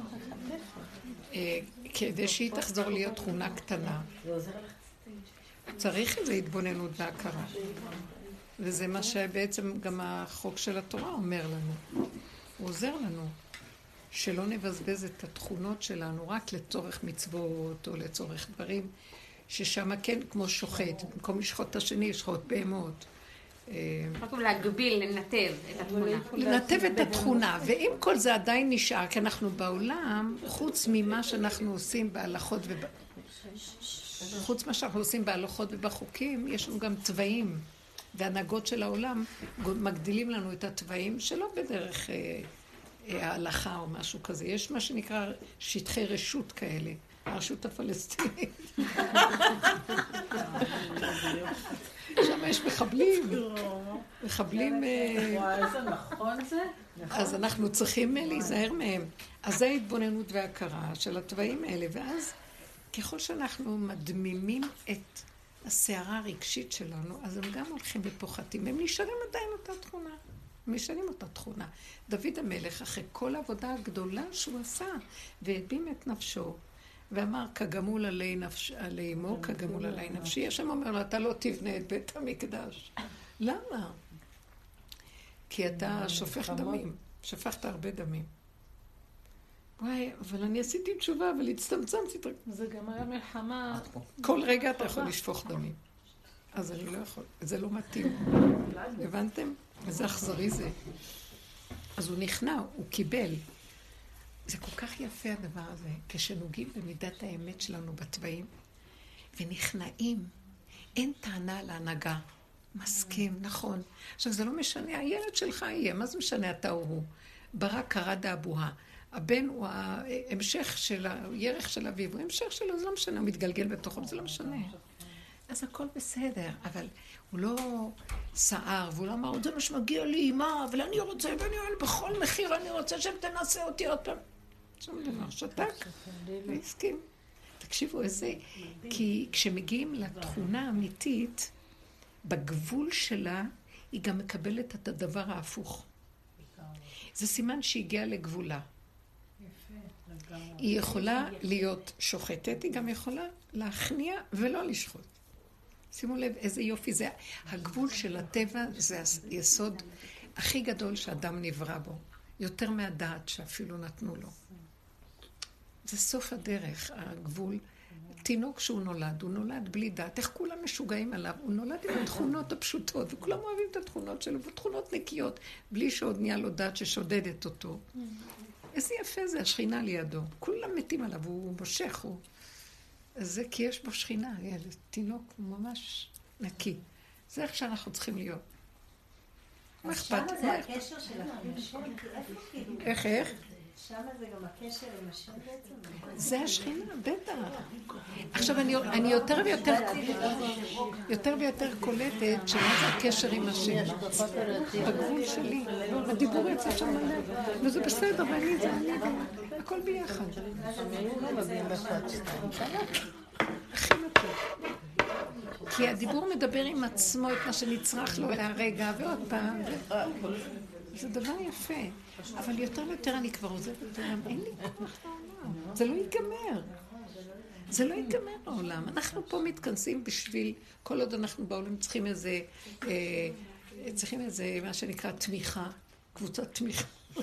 כדי שהיא תחזור להיות תכונה קטנה. צריך איזו התבוננות והכרה. וזה מה שבעצם גם החוק של התורה אומר לנו. הוא עוזר לנו שלא נבזבז את התכונות שלנו רק לצורך מצוות או לצורך דברים, ששם כן כמו שוחט, במקום לשחוט את השני, לשחוט בהמות. רק להגביל, לנתב את התכונה. לנתב את התכונה, ואם כל זה עדיין נשאר, כי אנחנו בעולם, חוץ ממה שאנחנו עושים בהלכות וב... חוץ ממה שאנחנו עושים בהלכות ובחוקים, יש לנו גם צבעים, והנהגות של העולם מגדילים לנו את הצבעים, שלא בדרך אה, אה, ההלכה או משהו כזה. יש מה שנקרא שטחי רשות כאלה, הרשות הפלסטינית. שם יש מחבלים, מחבלים... וואי, איזה נכון זה. אז אנחנו צריכים להיזהר מהם. אז זה ההתבוננות וההכרה של הטבעים האלה, ואז ככל שאנחנו מדמימים את הסערה הרגשית שלנו, אז הם גם הולכים ופוחתים. הם נשארים עדיין אותה תכונה. הם נשארים אותה תכונה. דוד המלך, אחרי כל העבודה הגדולה שהוא עשה, והדמים את נפשו, ואמר, כגמול עלי נפש, עלי אמו, כגמול עלי נפשי. השם אומר לו, אתה לא תבנה את בית המקדש. למה? כי אתה שופך דמים. שפכת הרבה דמים. וואי, אבל אני עשיתי תשובה, אבל הצטמצמתי. זה גם היה מלחמה. כל רגע אתה יכול לשפוך דמים. אז אני לא יכול. זה לא מתאים. הבנתם? איזה אכזרי זה. אז הוא נכנע, הוא קיבל. זה כל כך יפה הדבר הזה, כשנוגעים במידת האמת שלנו בטבעים, ונכנעים, אין טענה להנהגה. מסכים, נכון. עכשיו, זה לא משנה, הילד שלך יהיה, מה זה משנה אתה או הוא? ברק קרא דאבוה. הבן הוא ההמשך של הירך של אביו, הוא המשך שלו, זה לא משנה, הוא מתגלגל בתוכו, זה לא משנה. אז הכל בסדר, אבל הוא לא סער, והוא לא אמר, זה מה שמגיע לי, מה, אבל אני רוצה, ואני אומר, בכל מחיר אני רוצה שהם תנסה אותי עוד פעם. שום דבר, שתק, והסכים. תקשיבו, איזה, כי כשמגיעים לתכונה האמיתית, בגבול שלה, היא גם מקבלת את הדבר ההפוך. זה סימן שהגיעה לגבולה. היא יכולה להיות שוחטת, היא גם יכולה להכניע ולא לשחוט. שימו לב איזה יופי זה. הגבול של הטבע זה היסוד הכי גדול שאדם נברא בו. יותר מהדעת שאפילו נתנו לו. זה סוף הדרך, הגבול. תינוק שהוא נולד, הוא נולד בלי דעת. איך כולם משוגעים עליו? הוא נולד עם התכונות הפשוטות, וכולם אוהבים את התכונות שלו, ותכונות נקיות, בלי שעוד נהיה לו דעת ששודדת אותו. איזה יפה זה, השכינה לידו. כולם מתים עליו, הוא מושך, הוא... זה כי יש בו שכינה, ילד, תינוק ממש נקי. זה איך שאנחנו צריכים להיות. מה אכפת? שמה זה הקשר שלך עם השם? איך, איך? שמה זה גם הקשר עם השם בעצם? זה השכינה, בטח. עכשיו אני, אני יותר ויותר, יותר ויותר קולטת שמה זה הקשר עם השם. בגבול שלי. הדיבור יצא שם מלא. וזה בסדר, ואני זה, אני זה. הכל ביחד. הכי מתוק. כי הדיבור מדבר עם עצמו את מה שנצרך לו להרגע, ועוד פעם. זה דבר יפה. אבל יותר ויותר אני כבר עוזבת את העולם. אין לי כוח לעולם. זה לא ייגמר. זה לא ייגמר העולם. אנחנו פה מתכנסים בשביל, כל עוד אנחנו בעולם צריכים איזה, אה, צריכים איזה, מה שנקרא, תמיכה, קבוצת תמיכה.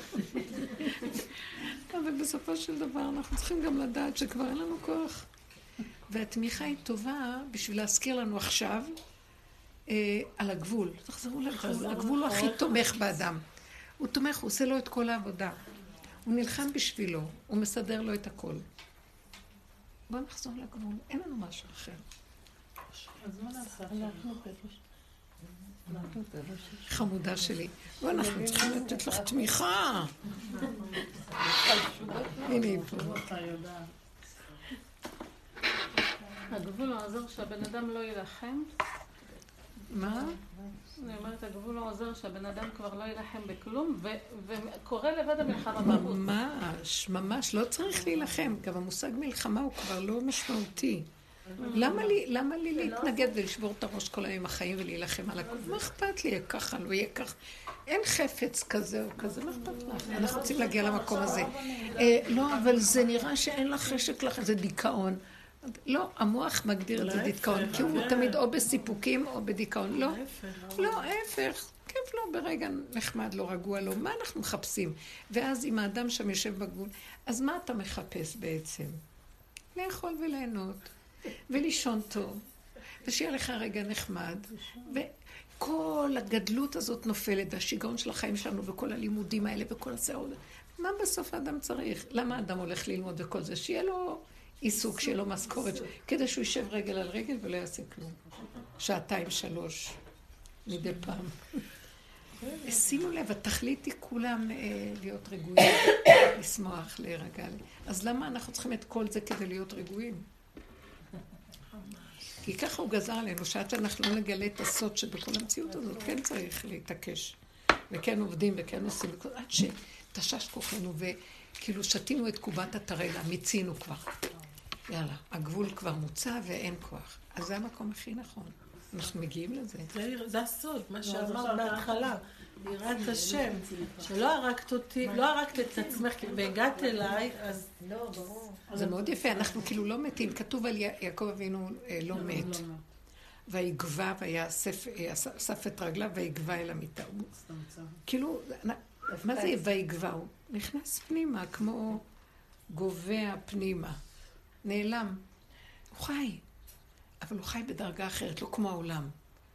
אבל בסופו של דבר אנחנו צריכים גם לדעת שכבר אין לנו כוח. והתמיכה היא טובה בשביל להזכיר לנו עכשיו אה, על הגבול. תחזרו לגבול. הגבול הוא הכי תומך באדם. הוא תומך, הוא עושה לו את כל העבודה. הוא נלחם בשבילו, הוא מסדר לו את הכל. בואו נחזור לגבול, אין לנו משהו אחר. אז מה נעשה? אנחנו פירוש. חמודה שלי. בואו, אנחנו צריכים לתת לך תמיכה. הנה היא פה. הגבול לא עוזר שהבן אדם לא ילחם. מה? אני אומרת, הגבול לא עוזר שהבן אדם כבר לא ילחם בכלום, וקורא לבד המלחמה בחוץ. ממש, ממש, לא צריך להילחם. גם המושג מלחמה הוא כבר לא משמעותי. למה לי, למה לי להתנגד ולשבור את הראש כל היום החיים ולהילחם על הכל? מה אכפת לי? ככה, לא יהיה כך. אין חפץ כזה או כזה, מה אכפת לך? אנחנו רוצים להגיע למקום הזה. לא, אבל זה נראה שאין לך חשק לך, זה דיכאון. לא, המוח מגדיר את זה דיכאון, כי הוא תמיד או בסיפוקים או בדיכאון. לא, לא, ההפך. כיף לו ברגע נחמד, לא רגוע לו. מה אנחנו מחפשים? ואז אם האדם שם יושב בגבול, אז מה אתה מחפש בעצם? לאכול וליהנות, ולישון טוב, ושיהיה לך רגע נחמד, וכל הגדלות הזאת נופלת, והשיגעון של החיים שלנו, וכל הלימודים האלה, וכל הסערות. מה בסוף האדם צריך? למה האדם הולך ללמוד וכל זה? שיהיה לו עיסוק, שיהיה לו משכורת, כדי שהוא יישב רגל על רגל ולא יעשה כלום. שעתיים, שלוש, מדי פעם. שימו לב, התכלית היא כולם להיות רגועים, לשמוח, להירגע. אז למה אנחנו צריכים את כל זה כדי להיות רגועים? כי ככה הוא גזר עלינו, שעד שאנחנו לא נגלה את הסוד שבכל המציאות הזאת כן צריך להתעקש. וכן עובדים וכן עושים, עד שתשש כוחנו וכאילו שתינו את קובת התרלה, מיצינו כבר. יאללה, הגבול כבר מוצא ואין כוח. אז זה המקום הכי נכון. אנחנו מגיעים לזה. זה הסוד, מה שאמרת בהתחלה. יראת השם, שלא הרגת אותי, לא הרגת את עצמך, והגעת אליי, אז... לא, ברור. זה מאוד יפה, אנחנו כאילו לא מתים. כתוב על יעקב אבינו לא מת. ויגבה, ויאסף את רגליו, ויגבה אל המיטה. כאילו, מה זה ויגבה? הוא נכנס פנימה, כמו גובע פנימה. נעלם. הוא חי. אבל הוא חי בדרגה אחרת, לא כמו העולם.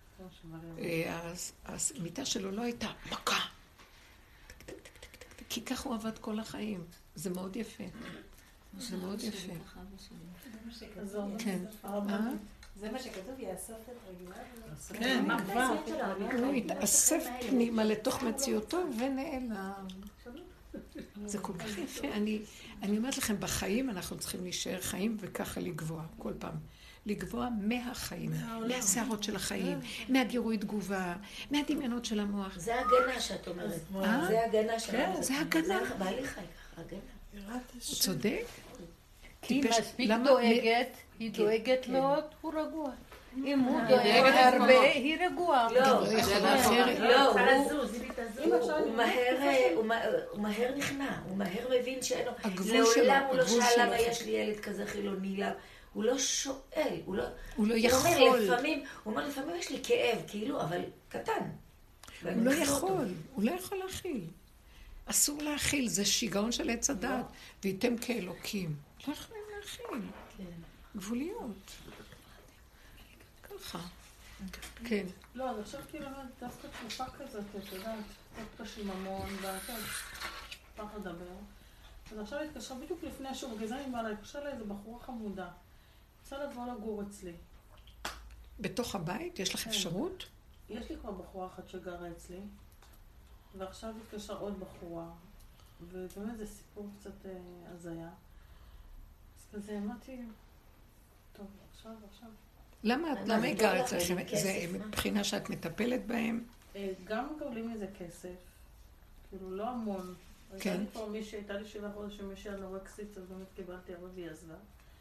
המיטה שלו לא הייתה מכה. כי כך הוא עבד כל החיים. זה מאוד יפה. זה מאוד יפה. כן. זה מה שכתוב, יאסוף את רגליו. כן, נקבע. הוא התאסף פנימה לתוך מציאותו ונעלם. זה כל כך יפה. אני אומרת לכם, בחיים אנחנו צריכים להישאר חיים וככה לגבוה כל פעם. לגבוה מהחיים, מהסערות של החיים, מהגירוי תגובה, מהדמיונות של המוח. זה הגנה שאת אומרת. זה הגנה שאת אומרת. זה הגנה. בא לי חי ככה, הגנה. הוא צודק? היא מספיק דואגת, היא דואגת מאוד, הוא רגוע. אם הוא דואג הרבה, היא רגועה. לא, לא, הוא מהר נכנע, הוא מהר מבין שאינו, לעולם הוא לא שאל למה יש לי ילד כזה חילוני, הוא לא שואל, הוא לא... הוא לא יכול. הוא אומר לפעמים, הוא אומר לפעמים יש לי כאב, כאילו, אבל קטן. הוא לא יכול, הוא לא יכול להכיל. אסור להכיל, זה שיגעון של עץ הדעת, וייתם כאלוקים. לא יכולים להכיל. גבוליות. ככה. כן. לא, אני חושבת כאילו דווקא תקופה כזאת, אתה יודעת, קצת פשיממון, ואתה פחד לדבר. אז עכשיו התקשר בדיוק לפני שהוא גזעני מעלה, התקשר לאיזה בחורה חמודה. רוצה לבוא לגור אצלי. בתוך הבית? יש לך אפשרות? יש לי כבר בחורה אחת שגרה אצלי, ועכשיו התקשר עוד בחורה, ובאמת זה סיפור קצת הזיה. אז כזה אמרתי, טוב, עכשיו, עכשיו. למה היא גרה אצלכם? זה מבחינה שאת מטפלת בהם? גם מקבלים מזה כסף, כאילו לא המון. הייתה לי כבר מישהי, הייתה לי שבעה חודשים מישהי אנורקסית, אז באמת קיבלתי הרבה והיא עזבה.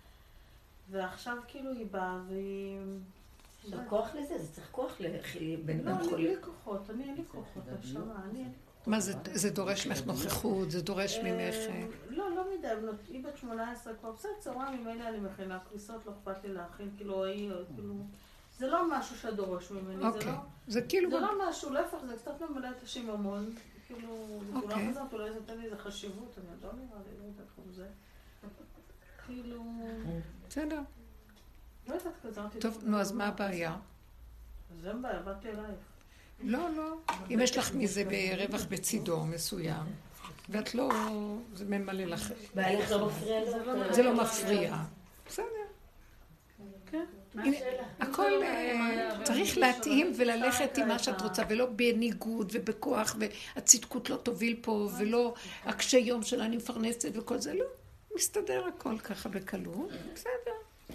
ועכשיו כאילו היא באה והיא... זה כוח לזה, זה צריך כוח בין לא, אין לי כוחות, אני אין לי כוחות, אפשרה, אני אין לי כוחות. מה זה דורש ממך נוכחות, זה דורש ממך... לא, לא מדי, היא בת שמונה עשרה כבר, בסדר צהרה ממני אני מכינה, כביסות לא אכפת לי להכין, כאילו, כאילו... זה לא משהו שדורש ממני, זה לא... זה כאילו... זה לא משהו, להפך, זה קצת ממלא את השיממון. כאילו, לכולם כזאת, אולי זה נותן לי איזה חשיבות, אני לא נראה לי, לא יודעת כמו זה. כאילו... בסדר. לא יודעת, כזרתי... טוב, נו, אז מה הבעיה? אז אין בעיה, באתי אלייך. לא, לא. אם יש לך מזה ברווח בצידו מסוים, ואת לא... זה ממלא לך... בעלך לא מפריע? זה לא מפריע. בסדר. כן. הכל צריך להתאים וללכת עם מה שאת רוצה, ולא בניגוד ובכוח, והצדקות לא תוביל פה, ולא הקשי יום שלה אני מפרנסת וכל זה, לא. מסתדר הכל ככה בקלות, בסדר.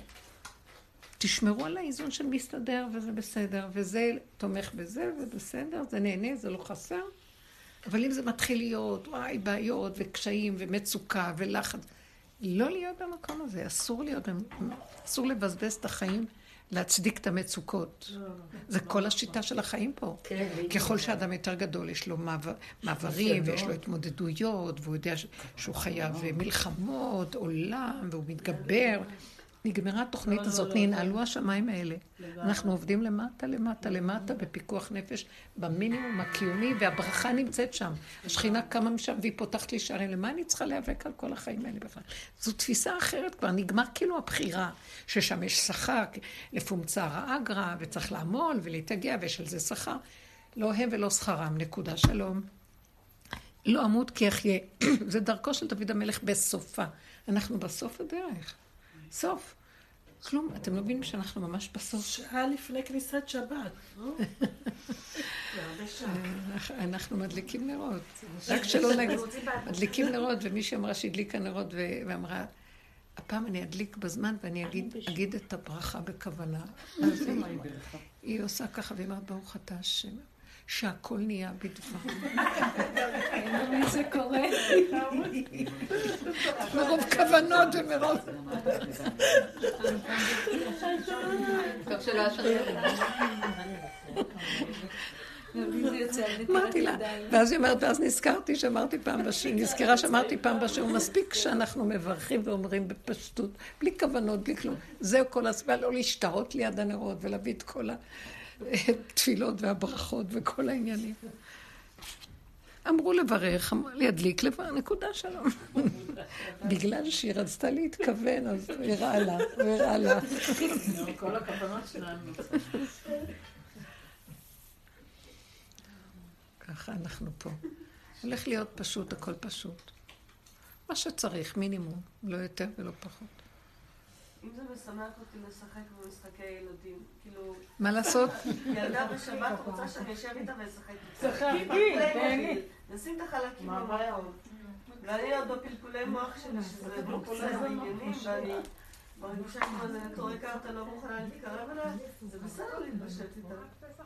תשמרו על האיזון של מסתדר וזה בסדר, וזה תומך בזה ובסדר, זה נהנה, זה לא חסר. אבל אם זה מתחיל להיות, וואי, בעיות וקשיים ומצוקה ולחץ, לא להיות במקום הזה, אסור להיות, אסור לבזבז את החיים, להצדיק את המצוקות. זה כל השיטה של החיים פה. ככל שאדם יותר גדול, יש לו מעברים ויש לו התמודדויות, והוא יודע שהוא חייב מלחמות, עולם, והוא מתגבר. נגמרה התוכנית הזאת, ננעלו השמיים האלה. אנחנו עובדים למטה, למטה, למטה, בפיקוח נפש, במינימום הקיומי, והברכה נמצאת שם. השכינה קמה משם והיא פותחת לי שערים. למה אני צריכה להיאבק על כל החיים האלה בכלל? זו תפיסה אחרת כבר, נגמר כאילו הבחירה, ששם יש שכר, לפומצר האגרה, וצריך לעמול ולהתאגע, ויש על זה שכר. לא הם ולא שכרם, נקודה, שלום. לא אמות כי אחיה. זה דרכו של דוד המלך בסופה. אנחנו בסוף הדרך. סוף. כלום, אתם לא מבינים שאנחנו ממש בסוף. שעה לפני כניסת שבת. אנחנו מדליקים נרות. רק שלא נגיד, מדליקים נרות, ומישהי אמרה שהדליקה נרות ואמרה, הפעם אני אדליק בזמן ואני אגיד את הברכה בכוונה. היא עושה ככה והיא אמרת, ברוך אתה השם. שהכל נהיה בדבר. מי זה קורה? מרוב כוונות ומרוב... טוב שלא אשרים. אמרתי לה, ואז היא אומרת, ואז נזכרתי שאמרתי פעם בשיר, נזכרה שאמרתי פעם בשיר, מספיק שאנחנו מברכים ואומרים בפשטות, בלי כוונות, בלי כלום. זהו כל הסביבה, לא להשתהות ליד הנרות ולהביא את כל ה... תפילות והברכות וכל העניינים. אמרו לברך, אמרו להדליק לברך, נקודה שלום. בגלל שהיא רצתה להתכוון, אז הוא הראה לה, הוא הראה לה. כל הכוונות שלנו. ככה אנחנו פה. הולך להיות פשוט, הכל פשוט. מה שצריך, מינימום, לא יותר ולא פחות. אם זה משמח אותי לשחק במשחקי ילדים, כאילו... מה לעשות? ילדה בשבת רוצה שאני אשב איתה ואשחק איתה. שחקי, תהני. נשים את החלקים במקום. ואני עוד בפלפולי מוח שלי, שזה בוקסה עניינים, ואני מרגישה כמו זה קורא קרתה לא מוכנה להתקרב אליה, זה בסדר להתבשט איתה.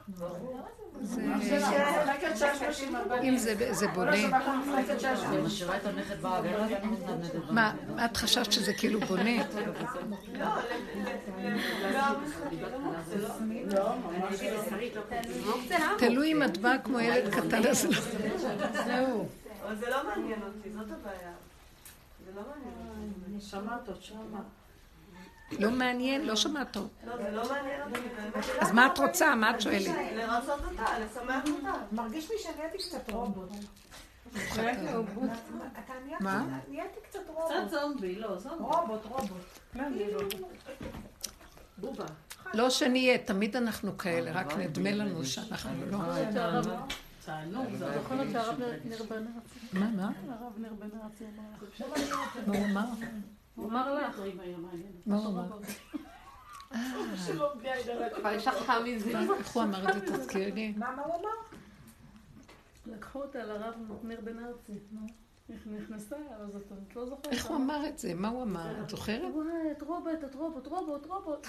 אם זה בונה... אני משאירה את הנכד בעבר, ואני מתנדנדת. מה, את חשבת שזה כאילו בונה? לא, לא, ממש תלוי אם את באה כמו ילד קטן, אז לא. זהו. אבל זה לא מעניין אותי, זאת הבעיה. זה לא מעניין אותי. שמעת עוד, שמעת. לא מעניין, לא שמעת טוב. לא, זה לא מעניין אותי. אז מה את רוצה? מה את שואלת? לרצות אותה, לשמח אותה. מרגיש לי שנהייתי קצת רובוט. מה? נהייתי קצת רובוט. קצת זומבי, לא, זומבי. רובוט, רובוט. בובה. לא שנהיה, תמיד אנחנו כאלה, רק נדמה לנו שאנחנו לא... תענוג, זה יכול להיות שהרב נר בנארצי. מה, מה? הרב נר בנארצי אמר לך. מה הוא אמר? הוא אמר לך. מה הוא אמר? אבל יש לך מזה. איך הוא אמר את זה? תזכיר לי. מה, מה הוא אמר? לקחו אותה לרב נר בנארצי. איך נכנסה, אז את לא זוכרת. איך הוא אמר את זה? מה הוא אמר? את זוכרת? את רובוט, את רובוט, רובוט, רובוט.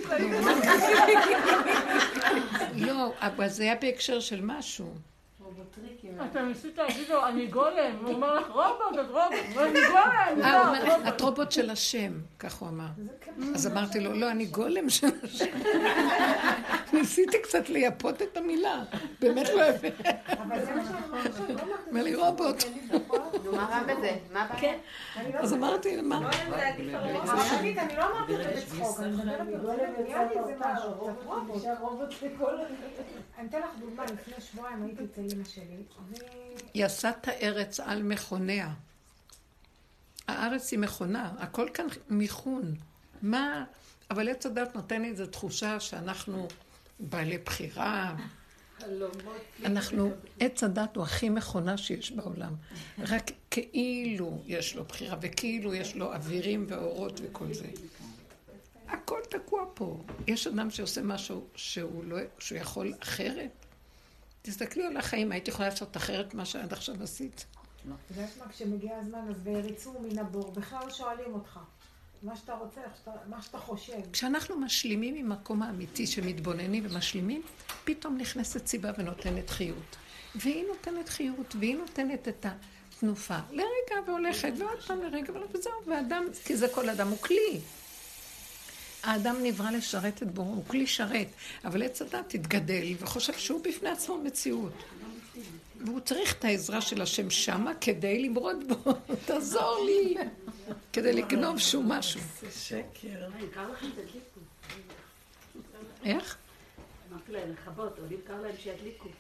לא, אבל זה היה בהקשר של משהו. אתה ניסית להגיד לו, אני גולם, הוא אומר לך, רובוט, את רובוט, ואני גולם. אה, הוא אומר, את רובוט של השם, כך הוא אמר. אז אמרתי לו, לא, אני גולם של השם. ניסיתי קצת לייפות את המילה, באמת לא יפה. אבל זה מה שאנחנו חושבים. אומר לי, רובוט. נו, מה רע בזה? מה הבעיה? אז אמרתי, מה? אני לא אמרתי את זה בצחוק, אני מדברת על נהיה לי איזה משהו, קצת רובוט. אני אתן לך דוגמה, לפני שבועיים הייתי אצל אמא שלי. היא עשה את הארץ על מכוניה. הארץ היא מכונה, הכל כאן מיכון. מה? אבל עץ הדת נותן לי איזו תחושה שאנחנו בעלי בחירה. אנחנו, עץ הדת הוא הכי מכונה שיש בעולם. רק כאילו יש לו בחירה, וכאילו יש לו אווירים ואורות וכל זה. הכל תקוע פה. יש אדם שעושה משהו שהוא, לא, שהוא יכול אחרת. תסתכלו על החיים, הייתי יכולה לעשות אחרת מה שעד עכשיו עשית. אתה יודעת מה, כשמגיע הזמן, אז ויריצו מן הבור, בכלל שואלים אותך. מה שאתה רוצה, מה שאתה חושב. כשאנחנו משלימים עם מקום האמיתי שמתבוננים ומשלימים, פתאום נכנסת סיבה ונותנת חיות. והיא נותנת חיות, והיא נותנת את התנופה. לרגע והולכת, ועוד פעם לרגע והולכת, וזהו, ואדם, כי זה כל אדם, הוא כלי. האדם נברא לשרת את בוראו, הוא כלי שרת, אבל עץ הדת התגדל וחושב שהוא בפני עצמו מציאות. והוא צריך את העזרה של השם שמה כדי למרוד בו, תעזור לי. כדי לגנוב שום משהו. זה שקר. קר לכם תדליקו. איך? אמרתי להם, לכבות, עוד אם קר להם שידליקו.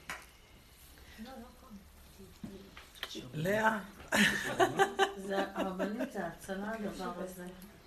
לאה. הרבנית, זה הצלה הדבר הזה.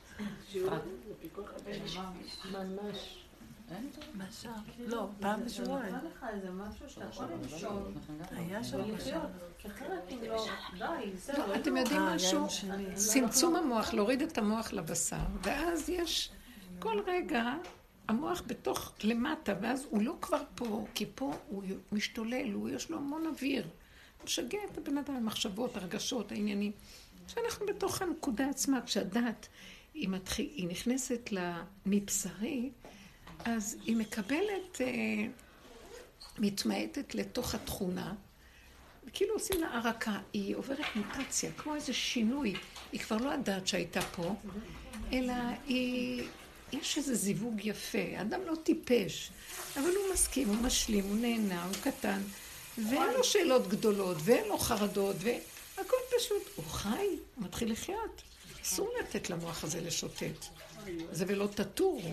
ממש. משהו. לא, פעם בשבועיים. זה נותן לך איזה משהו שאתה יכול למשול. היה שם משהו. אחרת אם לא, די, זהו. אתם יודעים משהו? צמצום המוח, להוריד את המוח לבשר, ואז יש כל רגע המוח בתוך למטה, ואז הוא לא כבר פה, כי פה הוא משתולל, הוא יש לו המון אוויר. הוא משגע את הבן אדם, המחשבות, הרגשות, העניינים. שאנחנו בתוך הנקודה עצמה, כשהדעת היא, מתחיל, היא נכנסת מבשרי, אז היא מקבלת, אה, מתמעטת לתוך התכונה, וכאילו עושים לה ערקה, היא עוברת מוטציה, כמו איזה שינוי, היא כבר לא הדעת שהייתה פה, אלא היא, יש איזה זיווג יפה, האדם לא טיפש, אבל הוא מסכים, הוא משלים, הוא נהנה, הוא קטן, ואין לו שאלות גדולות, ואין לו חרדות, והכל פשוט, הוא חי, הוא מתחיל לחיות. אסור לתת למוח הזה לשוטט, זה ולא תטור.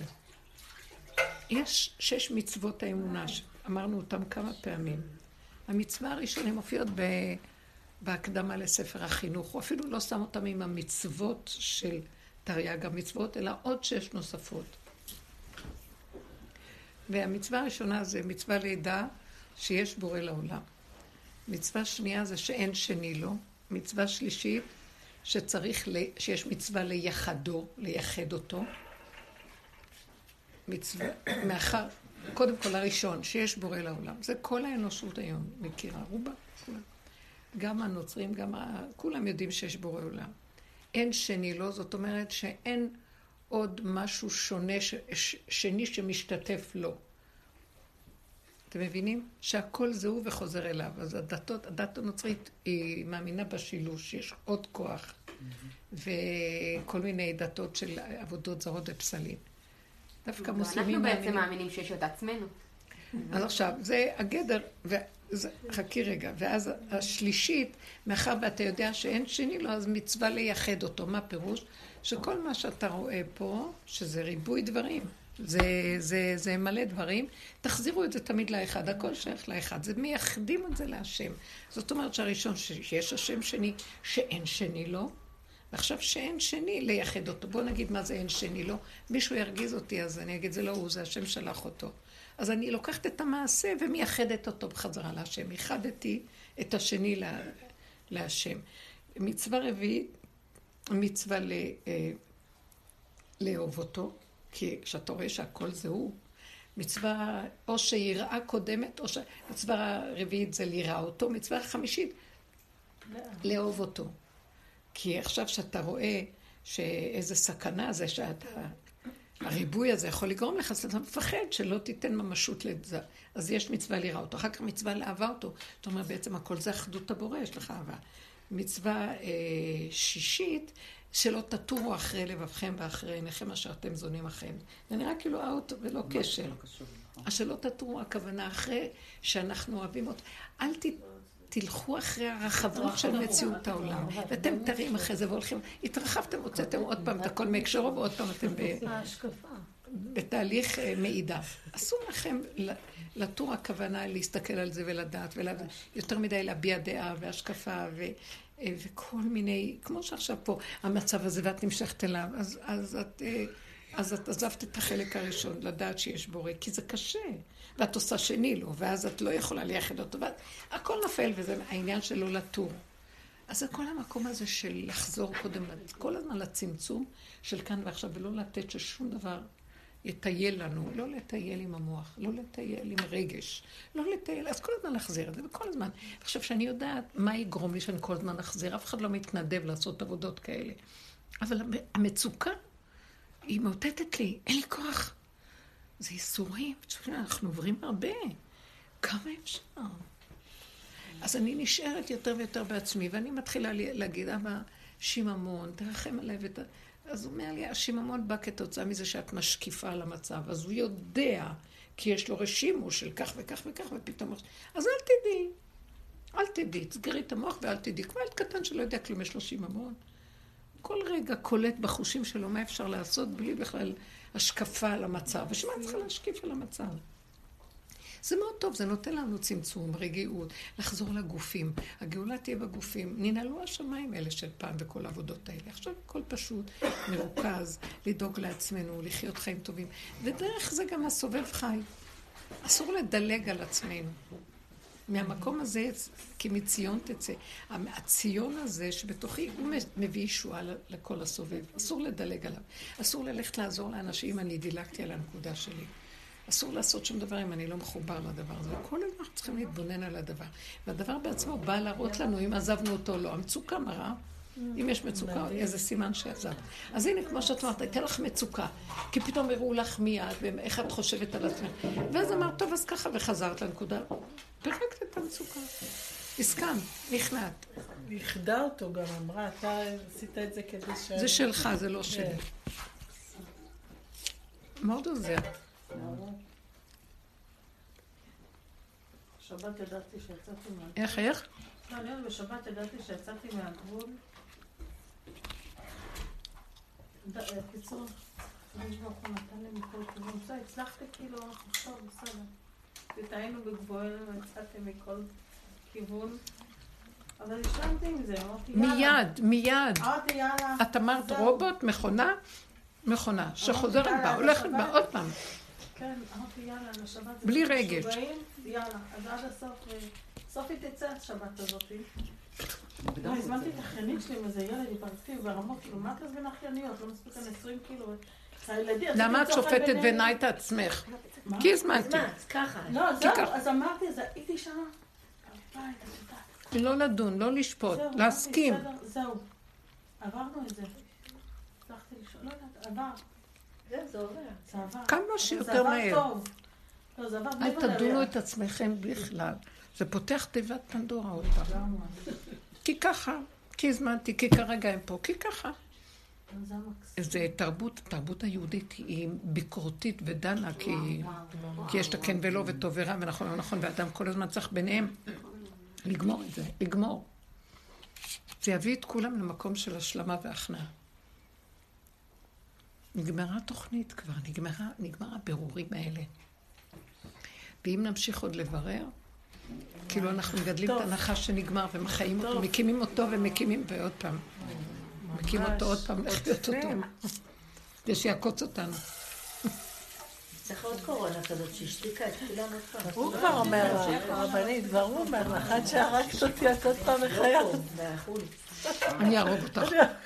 יש שש מצוות האמונה, אמרנו אותם כמה פעמים. המצווה הראשונה מופיעות בהקדמה לספר החינוך, הוא אפילו לא שם אותם עם המצוות של תרי"ג המצוות, אלא עוד שש נוספות. והמצווה הראשונה זה מצווה לידע שיש בורא לעולם. מצווה שנייה זה שאין שני לו. מצווה שלישית שצריך, שיש מצווה ליחדו, לייחד אותו. מצווה, מאחר, קודם כל הראשון, שיש בורא לעולם. זה כל האנושות היום מכירה, רובה, כולם. גם הנוצרים, גם ה... כולם יודעים שיש בורא עולם. אין שני לו, זאת אומרת שאין עוד משהו שונה, ש... ש... שני שמשתתף לו. אתם מבינים? שהכל זהו וחוזר אליו. אז הדתות, הדת הנוצרית היא מאמינה בשילוש, יש עוד כוח, וכל מיני דתות של עבודות זרות ופסלים. דווקא מוסלמים אנחנו בעצם מאמינים שיש את עצמנו. אז עכשיו, זה הגדר, וזה, חכי רגע, ואז השלישית, מאחר ואתה יודע שאין שני לו, אז מצווה לייחד אותו. מה פירוש? שכל מה שאתה רואה פה, שזה ריבוי דברים, זה, זה, זה מלא דברים, תחזירו את זה תמיד לאחד, הכל שייך לאחד, זה מייחדים את זה להשם. זאת אומרת שהראשון שיש השם שני, שאין שני לו, ועכשיו שאין שני לייחד אותו. בוא נגיד מה זה אין שני לו, מישהו ירגיז אותי, אז אני אגיד זה לא הוא, זה השם שלח אותו. אז אני לוקחת את המעשה ומייחדת אותו בחזרה להשם. ייחדתי את השני לה, להשם. מצווה רביעית, מצווה ל, אה, לאהוב אותו, כי כשאתה רואה שהכל זה הוא, מצווה או שיראה קודמת, או ש... מצווה רביעית זה ליראה אותו, מצווה חמישית, לאהוב אותו. כי עכשיו שאתה רואה שאיזה סכנה זה שאתה, הריבוי הזה יכול לגרום לך, אז אתה מפחד שלא תיתן ממשות לזה. אז יש מצווה ליראה אותו, אחר כך מצווה לאהבה אותו. זאת אומרת, בעצם הכל זה אחדות הבורא, יש לך אהבה. מצווה אה, שישית, שלא תטורו אחרי לבבכם ואחרי עיניכם אשר אתם זונים אחריהם. זה נראה כאילו אאוט ולא קשר. אז שלא תטורו, הכוונה אחרי שאנחנו אוהבים אותו. אל ת... תלכו אחרי הרחבות של מציאות העולם, ואתם תרים אחרי זה והולכים, התרחבתם, הוצאתם עוד פעם את הכל מהקשרו, ועוד פעם אתם בתהליך מעידה. אסור לכם לטור הכוונה להסתכל על זה ולדעת, ויותר מדי להביע דעה והשקפה וכל מיני, כמו שעכשיו פה, המצב הזה ואת נמשכת אליו, אז את עזבת את החלק הראשון, לדעת שיש בורא, כי זה קשה. ואת עושה שני לו, ואז את לא יכולה לייחד אותו, והכל נפל, וזה העניין שלו לטור. אז זה כל המקום הזה של לחזור קודם, כל הזמן לצמצום של כאן ועכשיו, ולא לתת ששום דבר יטייל לנו, לא לטייל עם המוח, לא לטייל עם רגש, לא לטייל, אז כל הזמן לחזיר את זה, וכל הזמן. עכשיו שאני יודעת מה יגרום לי שאני כל הזמן לחזיר, אף אחד לא מתנדב לעשות עבודות כאלה. אבל המצוקה היא מאותתת לי, אין לי כוח. זה ייסורים, אנחנו עוברים הרבה. כמה אפשר? אז אני נשארת יותר ויותר בעצמי, ואני מתחילה להגיד, אבא, שיממון, תרחם עליי. ות... אז הוא אומר לי, השיממון בא כתוצאה מזה שאת משקיפה על המצב, אז הוא יודע, כי יש לו רשימו של כך וכך וכך, ופתאום... אז אל תדעי, אל תדעי, תסגרי את המוח ואל תדעי. כמו ילד קטן שלא יודע כלום, יש לו שיממון. כל רגע קולט בחושים שלו מה אפשר לעשות בלי בכלל השקפה על המצב. ושמה צריכה להשקיף על המצב. זה מאוד טוב, זה נותן לנו צמצום, רגיעות, לחזור לגופים. הגאולה תהיה בגופים. ננעלו השמיים אלה של פעם וכל העבודות האלה. עכשיו הכל פשוט, מרוכז, לדאוג לעצמנו, לחיות חיים טובים. ודרך זה גם הסובב חי. אסור לדלג על עצמנו. מהמקום הזה, כי מציון תצא. הציון הזה שבתוכי הוא מביא ישועה לכל הסובב. אסור לדלג עליו. אסור ללכת לעזור לאנשים, אני דילגתי על הנקודה שלי. אסור לעשות שום דבר אם אני לא מחובר לדבר הזה. כל הזמן אנחנו צריכים להתבונן על הדבר. והדבר בעצמו בא להראות לנו אם עזבנו אותו או לא. המצוקה מראה, אם יש מצוקה, איזה סימן שעזב. אז הנה, כמו שאת אומרת, הייתה לך מצוקה, כי פתאום הראו לך מיד, ואיך את חושבת על עצמך. ואז אמרת, טוב, אז ככה, וחזרת לנקודה. פרקת את המצוקה. הסכם, נכנעת. יחדה אותו גם, אמרה, אתה עשית את זה כדי ש... זה שלך, זה לא שלי. מאוד עוזר. בשבת ידעתי שיצאתי מהגבול. איך, איך? לא, אני אומרת, בשבת ידעתי שיצאתי מהגבול. בקיצור, אני לא יכול נתן לי מכל כיוון. בסדר, הצלחתי כאילו, עכשיו, בסדר. תטעינו בגבוהנו, יצאתי מכל כיוון. אבל השלמתי עם זה, אמרתי יאללה. מיד, מיד. אמרתי יאללה. את אמרת רובוט, מכונה, מכונה, שחוזרת בה, הולכת בה, עוד פעם. כן, אמרתי יאללה, לשבת. בלי רגש. יאללה, אז עד הסוף, סוף היא תצא השבת הזאת. הזמנתי את החיינים שלי עם איזה ילד, התפרצתי ברמות, כאילו, מה את בין אחייניות? לא מספיק על עשרים קילו. למה את שופטת ונאי את עצמך? כי הזמנתי. ככה. לא, זהו, אז אמרתי, אז הייתי שמה. לא לדון, לא לשפוט, להסכים. זהו, עברנו את זה. הצלחתי לשאול, לא יודעת, עבר. זהו, זה עובר. זה עבר. כמה שיותר מהר. לא, זה עבר. אל תדונו את עצמכם בכלל. זה פותח תיבת פנדורה עוד פעם. כי ככה, כי הזמנתי, כי כרגע הם פה, כי ככה. זה תרבות, תרבות היהודית היא ביקורתית ודנה, כי, כי יש את הכן ולא וטוב ורע ונכון ונכון, ואדם כל הזמן צריך ביניהם לגמור את זה, לגמור. זה יביא את כולם למקום של השלמה והכנעה. נגמרה תוכנית כבר, נגמרה, נגמר הבירורים האלה. ואם נמשיך עוד לברר, כאילו אנחנו מגדלים את הנחש שנגמר ומחיים אותו, מקימים אותו ומקימים ועוד פעם. מקים אותו עוד פעם, לחיות אותו. כדי שיעקוץ אותנו. צריך עוד קורונה כזאת שהשתיקה את כולם עוד פעם. הוא כבר אומר, הרבנית, כבר הוא אומר לך, עד שהרגת אותי את עוד פעם מחייב. אני ארוג אותך.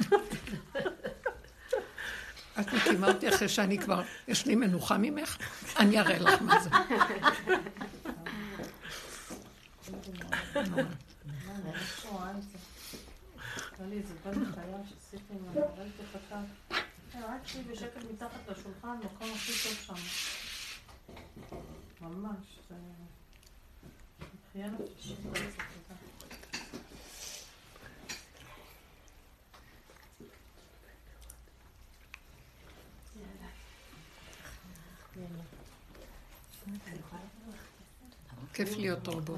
את מקימה אותי אחרי שאני כבר, יש לי מנוחה ממך, אני אראה לך מה זה. היה לי איזה בן חייל שעשיתי עם הרלתי חכם. רק שלי בשקט מתחת לשולחן, מקום הכי טוב שם. ממש, זה... מחיינו ששיטה את זה. כיף להיות רובוט.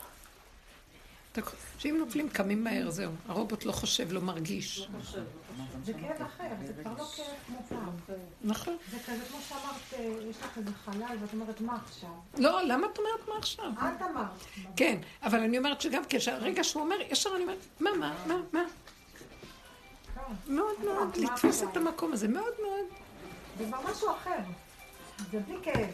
שאם נופלים קמים מהר, זהו. הרובוט לא חושב, לא מרגיש. זה כאב אחר, זה כבר לא כאב כמו פעם. נכון. זה כזה כמו שאמרת, יש לך איזה חלל ואת אומרת מה עכשיו? לא, למה את אומרת מה עכשיו? את אמרת. כן, אבל אני אומרת שגם כשהרגע שהוא אומר, ישר אני אומרת, מה, מה, מה, מה? מאוד מאוד, לתפוס את המקום הזה, מאוד מאוד. זה כבר משהו אחר. זה בלי כאב.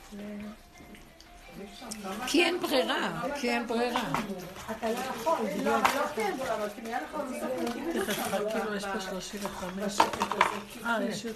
כי אין ברירה, כי אין ברירה. אתה לא יכול. לא, אבל לא כן, אבל כי נהיה לך... תכף, כאילו יש פה שלושים וחמש. אה, יש יותר.